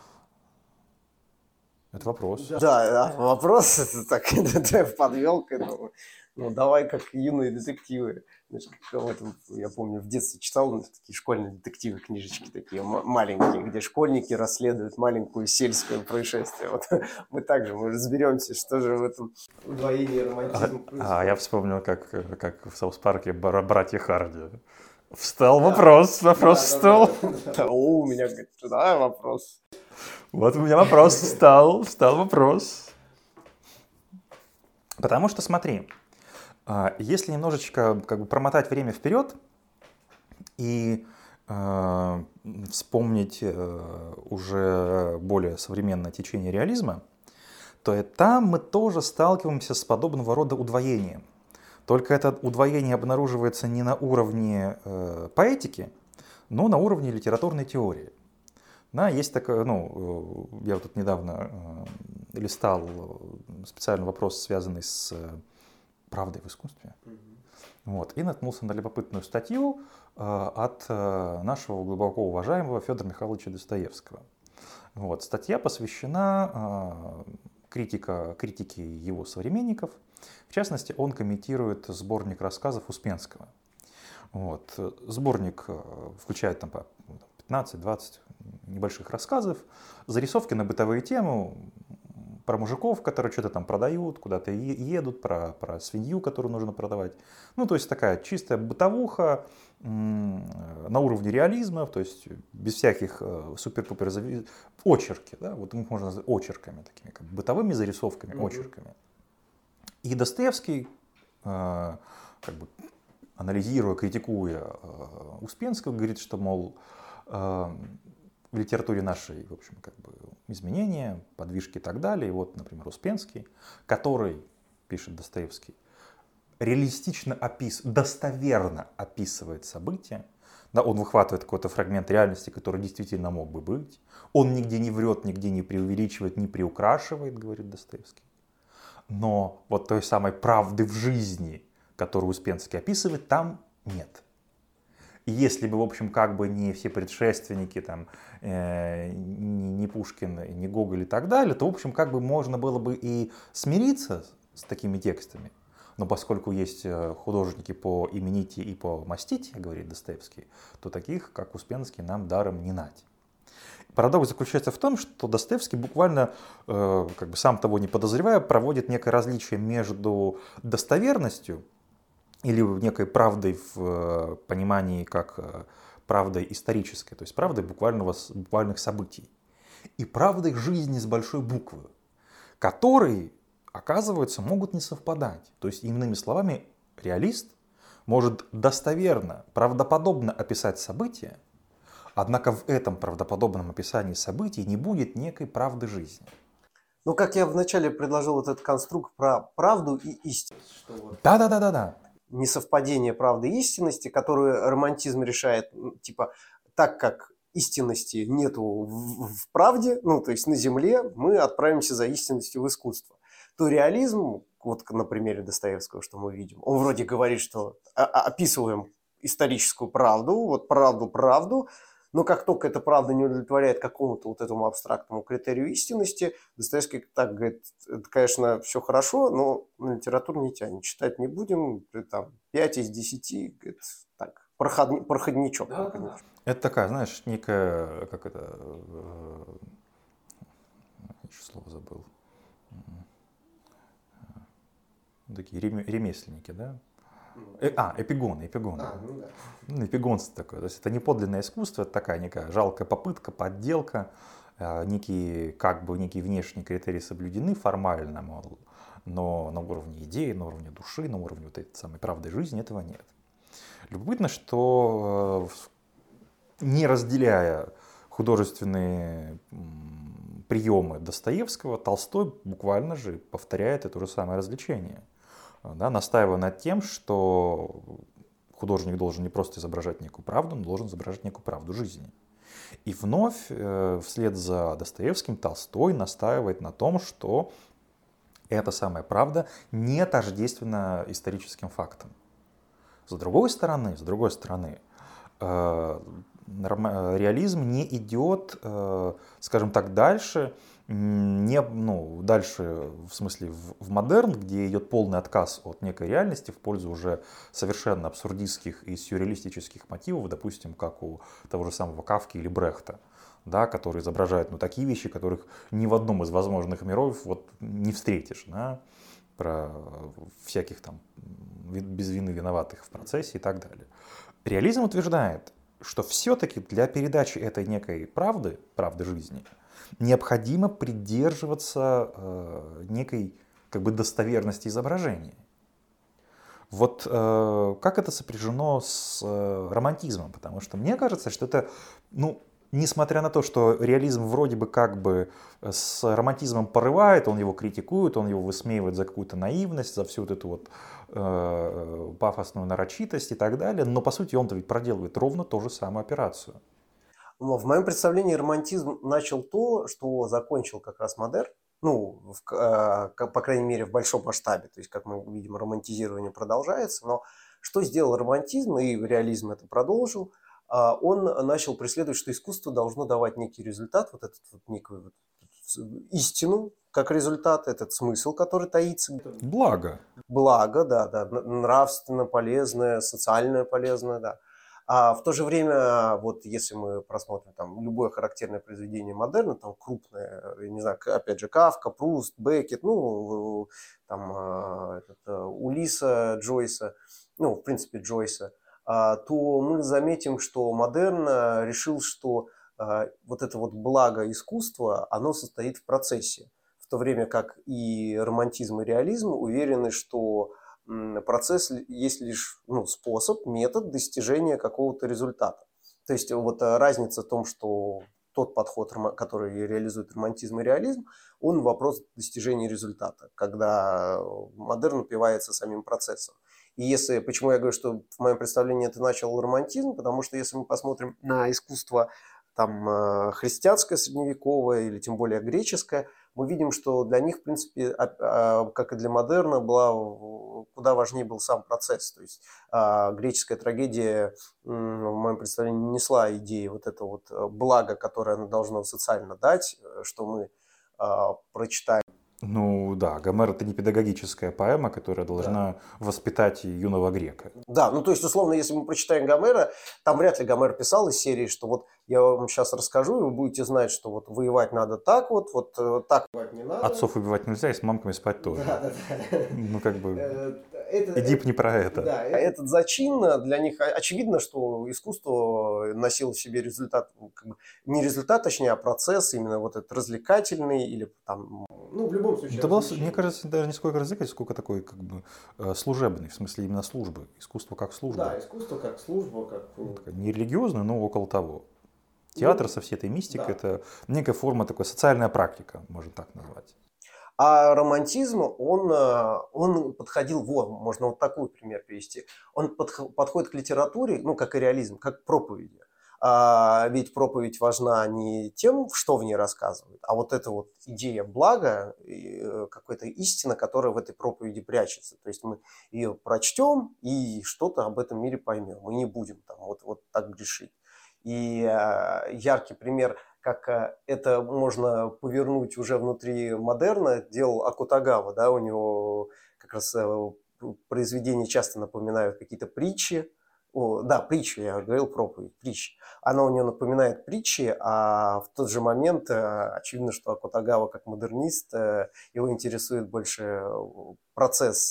A: Это вопрос.
B: Да, да, вопрос, это так, ты подвел к этому. Ну, давай как юные детективы. Знаешь, как в этом, я помню, в детстве читал такие школьные детективы, книжечки такие маленькие, где школьники расследуют маленькую сельское происшествие. Вот мы также, мы разберемся, что же в этом удвоении романтизма происходит.
A: А, а я вспомнил, как, как в Саус-парке братья Харди. Встал вопрос, да, вопрос да, встал.
B: Да, да, да. О, у меня, говорит, да, вопрос.
A: Вот у меня вопрос встал, встал вопрос. Потому что, смотри, если немножечко как бы промотать время вперед и э, вспомнить э, уже более современное течение реализма, то и там мы тоже сталкиваемся с подобного рода удвоением. Только это удвоение обнаруживается не на уровне э, поэтики, но на уровне литературной теории. Да, есть такое, ну, я вот тут недавно э, листал специальный вопрос, связанный с э, правдой в искусстве. Mm-hmm. Вот, и наткнулся на любопытную статью э, от э, нашего глубоко уважаемого Федора Михайловича Достоевского. Вот, статья посвящена э, критика, критике его современников. В частности, он комментирует сборник рассказов Успенского. Вот, сборник э, включает там по пятнадцать-двадцать небольших рассказов, зарисовки на бытовые темы, про мужиков, которые что-то там продают, куда-то едут, про, про свинью, которую нужно продавать. Ну, то есть такая чистая бытовуха на уровне реализма, то есть без всяких супер-пупер очерки, да, вот их можно назвать очерками, такими как бытовыми зарисовками, mm-hmm. очерками. И Достоевский, как бы анализируя, критикуя Успенского, говорит, что, мол, в литературе нашей, в общем, как бы изменения, подвижки и так далее. И вот, например, Успенский, который, пишет Достоевский, реалистично описывает, достоверно описывает события. Да, он выхватывает какой-то фрагмент реальности, который действительно мог бы быть. Он нигде не врет, нигде не преувеличивает, не приукрашивает, говорит Достоевский. Но вот той самой правды в жизни, которую Успенский описывает, там нет. И если бы, в общем, как бы не все предшественники, там, э, не Пушкин, не Гоголь и так далее, то, в общем, как бы можно было бы и смириться с такими текстами. Но поскольку есть художники по имените и по мастите, говорит Достоевский, то таких, как Успенский, нам даром не нать. Парадокс заключается в том, что Достоевский буквально, э, как бы сам того не подозревая, проводит некое различие между достоверностью или некой правдой в э, понимании как э, правдой исторической, то есть правдой буквального, буквальных событий, и правдой жизни с большой буквы, которые, оказывается, могут не совпадать. То есть, иными словами, реалист может достоверно, правдоподобно описать события, однако в этом правдоподобном описании событий не будет некой правды жизни.
B: Ну, как я вначале предложил вот этот конструкт про правду и истину.
A: Да-да-да-да-да.
B: Несовпадение правды и истинности, которую романтизм решает, типа, так как истинности нету в, в правде, ну, то есть на земле, мы отправимся за истинностью в искусство. То реализм, вот на примере Достоевского, что мы видим, он вроде говорит, что описываем историческую правду, вот правду-правду, но как только эта правда не удовлетворяет какому-то вот этому абстрактному критерию истинности, Достоевский так говорит, это, конечно, все хорошо, но на литературу не тянет, читать не будем, там, пять из десяти, говорит, так, проход, проходничок.
A: Да, проходничок. Это такая, знаешь, некая, как это, еще слово забыл, такие ремесленники, да? Э, а, эпигон, эпигон. А, ну да. Ну, эпигонство такое. То есть это не подлинное искусство, это такая некая жалкая попытка, подделка, э, некие, как бы, некие внешние критерии соблюдены формально, мол, но на уровне идеи, на уровне души, на уровне вот этой самой правды жизни этого нет. Любопытно, что э, не разделяя художественные м, приемы Достоевского, Толстой буквально же повторяет это же самое развлечение. Да, настаивая над тем, что художник должен не просто изображать некую правду, он должен изображать некую правду жизни. И вновь, э, вслед за Достоевским, Толстой настаивает на том, что эта самая правда не тождественна историческим фактам. С другой стороны, с другой стороны, э, реализм не идет, э, скажем так, дальше, не, ну, дальше, в смысле, в, в модерн, где идет полный отказ от некой реальности в пользу уже совершенно абсурдистских и сюрреалистических мотивов, допустим, как у того же самого Кафки или Брехта, да, которые изображают, ну, такие вещи, которых ни в одном из возможных миров вот не встретишь, да, про всяких там без вины виноватых в процессе и так далее. Реализм утверждает, что все-таки для передачи этой некой правды, правды жизни, необходимо придерживаться э, некой как бы достоверности изображения. Вот э, как это сопряжено с э, романтизмом? Потому что мне кажется, что это, ну, несмотря на то, что реализм вроде бы как бы с романтизмом порывает, он его критикует, он его высмеивает за какую-то наивность, за всю вот эту вот э, пафосную нарочитость и так далее, но по сути он-то ведь проделывает ровно ту же самую операцию.
B: В моем представлении романтизм начал то, что закончил как раз модерн, ну, в, э, по крайней мере, в большом масштабе, то есть, как мы видим, романтизирование продолжается, но что сделал романтизм, и реализм это продолжил, он начал преследовать, что искусство должно давать некий результат, вот этот вот некую вот истину как результат, этот смысл, который таится.
A: Благо.
B: Благо, да, да, нравственно полезное, социально полезное, да. А в то же время, вот если мы просмотрим там любое характерное произведение модерна, там крупное, я не знаю, опять же, Кафка, Пруст, Беккет, ну, там, этот, Улисса, Джойса, ну, в принципе, Джойса, то мы заметим, что модерн решил, что вот это вот благо искусства, оно состоит в процессе. В то время как и романтизм, и реализм уверены, что процесс есть лишь, ну, способ, метод достижения какого-то результата. То есть вот разница в том, что тот подход, который реализует романтизм и реализм, он вопрос достижения результата, когда модерн упивается самим процессом. И если, почему я говорю, что в моем представлении это начал романтизм, потому что если мы посмотрим на искусство там, христианское, средневековое или тем более греческое, мы видим, что для них, в принципе, как и для модерна, была, куда важнее был сам процесс. То есть греческая трагедия, в моем представлении, не несла идеи вот это вот благо, которое она должна социально дать, что мы прочитаем.
A: Ну да, Гомер — это не педагогическая поэма, которая должна да. воспитать юного грека.
B: Да, ну то есть, условно, если мы прочитаем Гомера, там вряд ли Гомер писал из серии, что вот я вам сейчас расскажу, и вы будете знать, что вот воевать надо так вот, вот так воевать не надо.
A: Отцов убивать нельзя, и с мамками спать тоже.
B: Да, да, да.
A: Ну как бы, Эдип не про это.
B: Да, этот зачин для них, очевидно, что искусство носило в себе результат, как бы, не результат, точнее, а процесс, именно вот этот развлекательный или там... Ну, в любом случае.
A: Это было, мне кажется, даже не сколько развлекательный, сколько такой как бы служебный, в смысле именно службы. Искусство как служба.
B: Да, искусство как служба, как...
A: Не религиозное, но около того. Театр ну, со всей этой мистикой, да. Это некая форма такой, социальная практика, можно так назвать.
B: А романтизм, он, он подходил, вот, можно вот такой пример привести, он подходит к литературе, ну, как и реализм, как к проповеди. А ведь проповедь важна не тем, что в ней рассказывают, а вот эта вот идея блага, какая-то истина, которая в этой проповеди прячется. То есть мы ее прочтем и что-то об этом мире поймем. Мы не будем там вот, вот так грешить. И яркий пример, как это можно повернуть уже внутри модерна, делал Акутагава. Да, у него как раз произведения часто напоминают какие-то притчи. О, да, притчи, я говорил проповедь, притчи. Она у него напоминает притчи, а в тот же момент очевидно, что Акутагава как модернист, его интересует больше процесс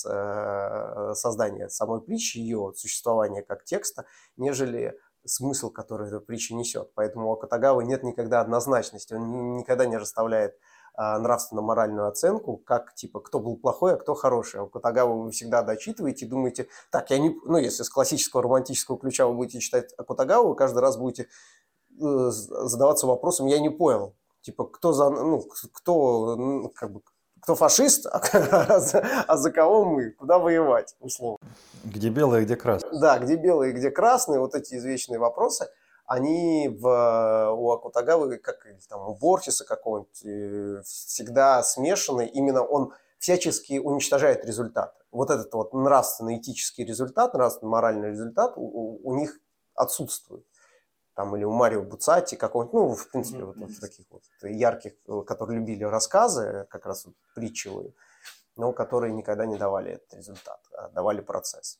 B: создания самой притчи, ее существования как текста, нежели смысл, который эта притча несет. Поэтому у Акутагавы нет никогда однозначности, он никогда не расставляет а, нравственно-моральную оценку, как типа кто был плохой, а кто хороший. А у Акутагавы вы всегда дочитываете и думаете, так, я не... Ну, если с классического романтического ключа вы будете читать Акутагаву, вы каждый раз будете э, задаваться вопросом, я не понял, типа, кто за... Ну, кто, ну, как бы, кто фашист, а за, а за кого мы, куда воевать, условно.
A: Где белые, где красные.
B: Да, где белые, где красные, вот эти извечные вопросы, они в, у Акутагавы, как там, у Борхеса какого-нибудь, всегда смешаны. Именно он всячески уничтожает результат. Вот этот вот нравственно-этический результат, нравственно-моральный результат у, у них отсутствует. Там, или у Марио Буцатти какого-нибудь, ну, в принципе, вот, вот таких вот ярких, которые любили рассказы, как раз вот притчевые, но которые никогда не давали этот результат, а давали процесс.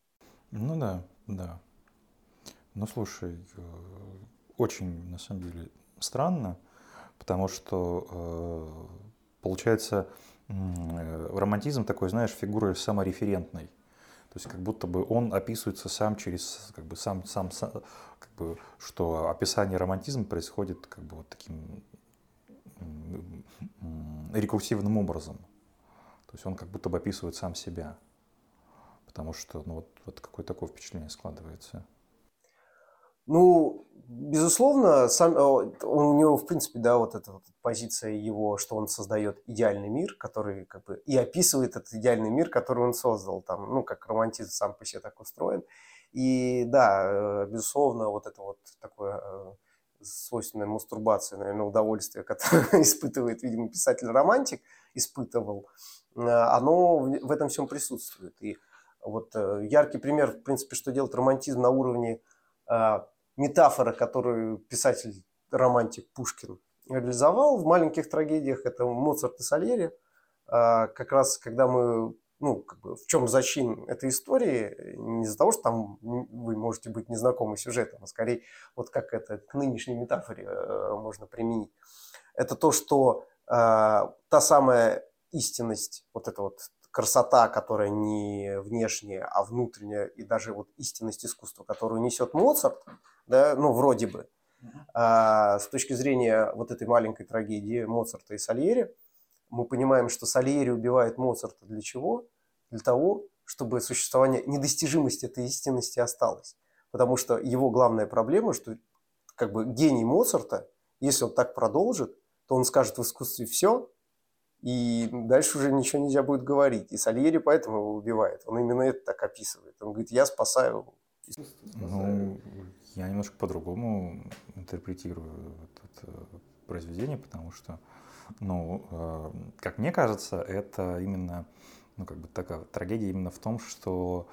A: Ну да, да. Ну слушай, очень на самом деле странно, потому что получается романтизм такой, знаешь, фигурой самореферентной. То есть как будто бы он описывается сам через, как бы сам, сам, сам как бы, что описание романтизма происходит как бы вот таким рекурсивным образом. То есть он как будто бы описывает сам себя. Потому что, ну, вот, вот какое такое впечатление складывается.
B: Ну, безусловно, сам, у него, в принципе, да, вот эта вот позиция его, что он создает идеальный мир, который как бы и описывает этот идеальный мир, который он создал. Там, ну, как романтизм сам по себе так устроен. И да, безусловно, вот это вот такое свойственная мастурбация, наверное, удовольствие, которое испытывает, видимо, писатель-романтик, испытывал, оно в этом всем присутствует. И вот яркий пример, в принципе, что делает романтизм на уровне э, метафоры, которую писатель-романтик Пушкин реализовал в маленьких трагедиях, это Моцарт и Сальери. Э, как раз когда мы, ну, как бы, в чем зачин этой истории, не из-за того, что там вы можете быть незнакомы с сюжетом, а скорее вот как это к нынешней метафоре э, можно применить. Это то, что э, та самая истинность, вот эта вот красота, которая не внешняя, а внутренняя, и даже вот истинность искусства, которую несет Моцарт, да, ну, вроде бы, а, с точки зрения вот этой маленькой трагедии Моцарта и Сальери, мы понимаем, что Сальери убивает Моцарта для чего? Для того, чтобы существование, недостижимость этой истинности осталось. Потому что его главная проблема, что как бы гений Моцарта Если он так продолжит, то он скажет в искусстве все, и дальше уже ничего нельзя будет говорить. И Сальери поэтому его убивает. Он именно это так описывает. Он говорит, я спасаю искусство.
A: Ну, я немножко по-другому интерпретирую это произведение, потому что, ну, как мне кажется, это именно, ну, как бы такая трагедия именно в том, что,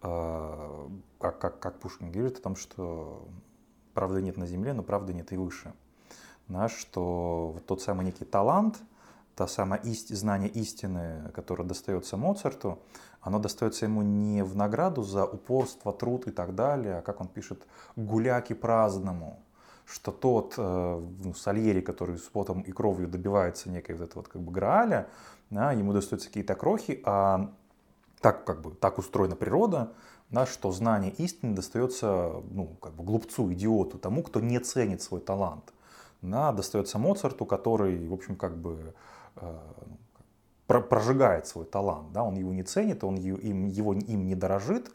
A: как, как, как Пушкин говорит, о том, что правды нет на земле, но правды нет и выше. Да, что вот тот самый некий талант, та самая ист... знание истины, которое достается Моцарту, оно достается ему не в награду за упорство, труд и так далее, а, как он пишет, гуляки праздному. Что тот э, ну, Сальери, который с потом и кровью добивается некой вот этого вот, как бы Грааля, да, ему достаются какие-то крохи, а так, как бы, так устроена природа, да, что знание истины достается ну, как бы глупцу, идиоту, тому, кто не ценит свой талант. Да, достается Моцарту, который, в общем, как бы э, прожигает свой талант, да, он его не ценит, он им, его, им не дорожит,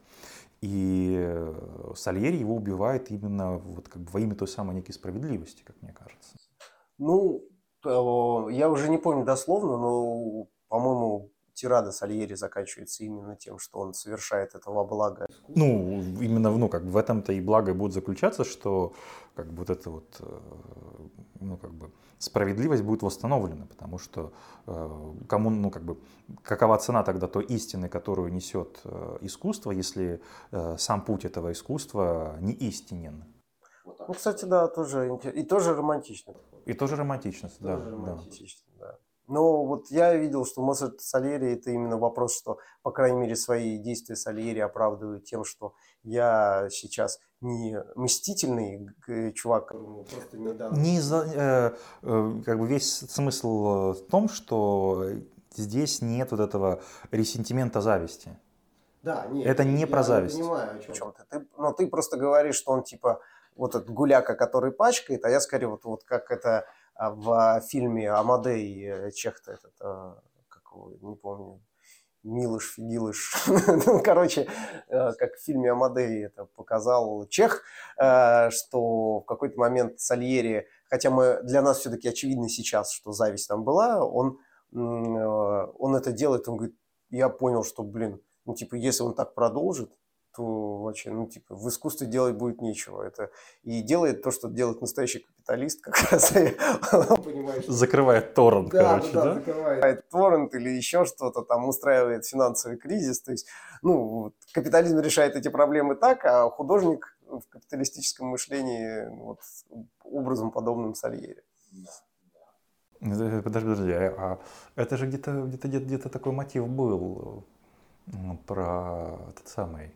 A: и Сальери его убивает именно вот как бы во имя той самой некой справедливости, как мне кажется.
B: Ну, я уже не помню дословно, но, по-моему, тирада Сальери заканчивается именно тем, что он совершает это во благо.
A: Ну, именно ну, как бы в этом-то и благо будет заключаться, что как бы вот это вот, ну, как бы справедливость будет восстановлена, потому что кому, ну, как бы, какова цена тогда той истины, которую несет искусство, если сам путь этого искусства не истинен?
B: Ну, кстати, да, тоже интересно. И тоже романтично.
A: И тоже романтичность, да.
B: Тоже романтично, да. да. Но вот я видел, что Моцарт Сальери это именно вопрос, что, по крайней мере, свои действия Сальери оправдывают тем, что я сейчас не мстительный чувак, просто недавно.
A: Не за, э, э, как бы весь смысл в том, что здесь нет вот этого ресентимента зависти.
B: Да, нет.
A: Это не
B: я
A: про зависть.
B: Я не понимаю, о чем ты. ты. Но ты просто говоришь, что он типа вот этот гуляка, который пачкает, а я скорее вот, вот как это в фильме «Амадей» чех-то этот, как его, не помню, Милыш, Фигилыш. Ну, короче, как в фильме «Амадей» это показал чех, что в какой-то момент Сальери, хотя мы, для нас все-таки очевидно сейчас, что зависть там была, он, он это делает, он говорит, я понял, что, блин, ну, типа, если он так продолжит, то вообще, ну, типа, в искусстве делать будет нечего. Это и делает то, что делает настоящий капиталист, как раз.
A: Закрывает торрент,
B: да,
A: короче,
B: да?
A: да?
B: Закрывает торрент или еще что-то, там устраивает финансовый кризис. То есть, ну, капитализм решает эти проблемы так, а художник в капиталистическом мышлении вот, образом подобным Сальери.
A: Подожди, подожди, а это же где-то где-то где-то такой мотив был про этот самый,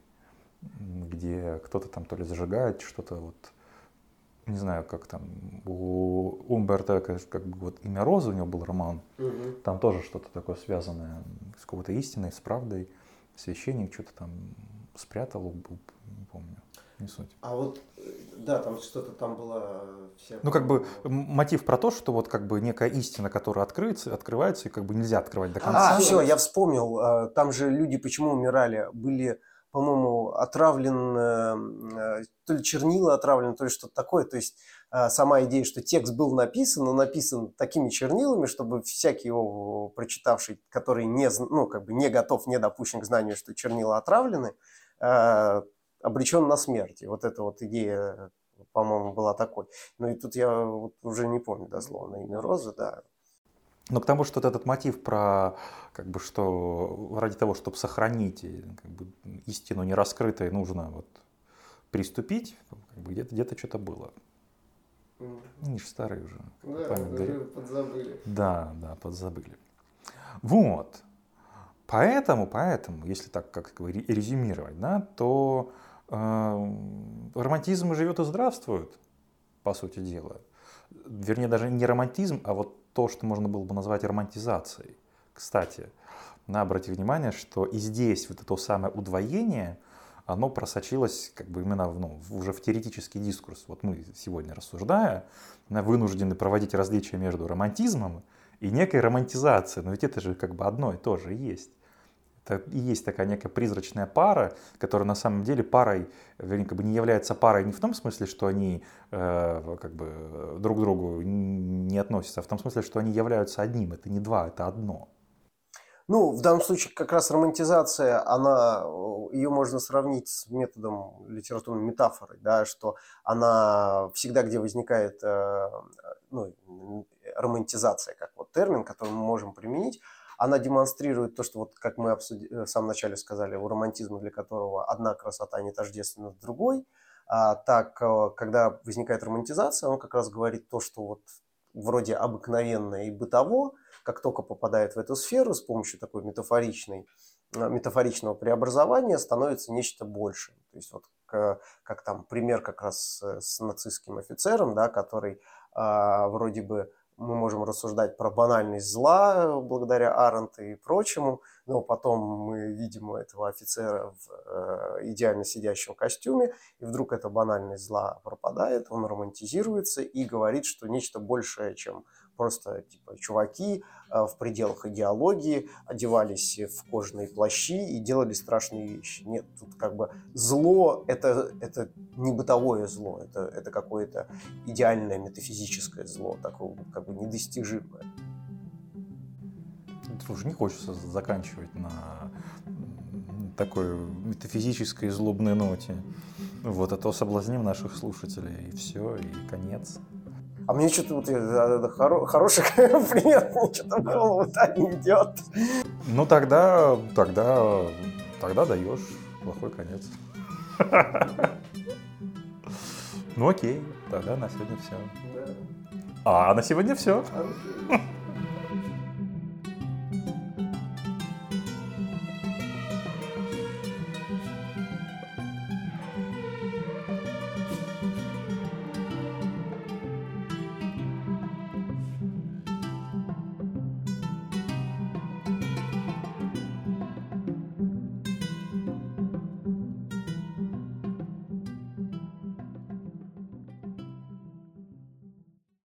A: где кто-то там то ли зажигает что-то вот, не знаю, как там, у Умберто, как бы вот «Имя Розы» у него был роман, угу. Там тоже что-то такое связанное с какой-то истиной, с правдой, священник что-то там спрятал, убил, не помню, не суть.
B: А вот, да, там что-то там было... Всякое...
A: Ну, как бы мотив про то, что вот как бы некая истина, которая открывается, открывается, и как бы нельзя открывать до конца.
B: А, все, я вспомнил, там же люди почему умирали, были... по-моему, отравлен, то ли чернила отравлены, то ли что-то такое. То есть сама идея, что текст был написан, но написан такими чернилами, чтобы всякий его прочитавший, который не, ну, как бы не готов, не допущен к знанию, что чернила отравлены, обречен на смерть. И вот эта вот идея, по-моему, была такой. Ну и тут я вот уже не помню дословно «Имя Розы», да.
A: Но к тому, что вот этот мотив про, как бы, что ради того, чтобы сохранить как бы, истину не раскрытой, нужно вот приступить, как бы, где-то, где-то что-то было. Mm. Они же старые уже.
B: Да, уже подзабыли.
A: Да, да, подзабыли. Вот. Поэтому, поэтому, если так как резюмировать, да, то э, романтизм живет и здравствует, по сути дела. Вернее, даже не романтизм, а вот то, что можно было бы назвать романтизацией. Кстати, надо обратить внимание, что и здесь вот это самое удвоение, оно просочилось как бы именно ну, уже в теоретический дискурс. Вот мы сегодня, рассуждая, вынуждены проводить различия между романтизмом и некой романтизацией. Но ведь это же как бы одно и то же есть. Это и есть такая некая призрачная пара, которая на самом деле парой, вернее, как бы не является парой не в том смысле, что они э, как бы друг к другу не относятся, а в том смысле, что они являются одним. Это не два, это одно.
B: Ну, в данном случае как раз романтизация, она, ее можно сравнить с методом литературной метафоры, да, что она всегда, где возникает э, ну, романтизация, как вот термин, который мы можем применить, она демонстрирует то, что вот, как мы обсуди... в самом начале сказали, у романтизма, для которого одна красота не тождественна с другой, а так, когда возникает романтизация, он как раз говорит то, что вот вроде обыкновенное и бытово, как только попадает в эту сферу с помощью такой метафоричной, метафоричного преобразования, становится нечто большее. То есть вот как, как там пример как раз с нацистским офицером, да, который а, вроде бы мы можем рассуждать про банальность зла благодаря Арендту и прочему, но потом мы видим этого офицера в э, идеально сидящем костюме, и вдруг эта банальность зла пропадает, он романтизируется и говорит, что нечто большее, чем просто типа чуваки э, в пределах идеологии одевались в кожаные плащи и делали страшные вещи. Нет, тут как бы зло это, это не бытовое зло, это, это какое-то идеальное метафизическое зло, такое как бы недостижимое.
A: Слушай, не хочется заканчивать на такой метафизической злобной ноте. Вот, а то соблазним наших слушателей, и все, и конец.
B: А мне что-то вот это, хоро, хороший пример, мне что-то в голову-то не идет.
A: Ну тогда, тогда, тогда даешь плохой конец. Ну окей, тогда на сегодня все. А на сегодня все.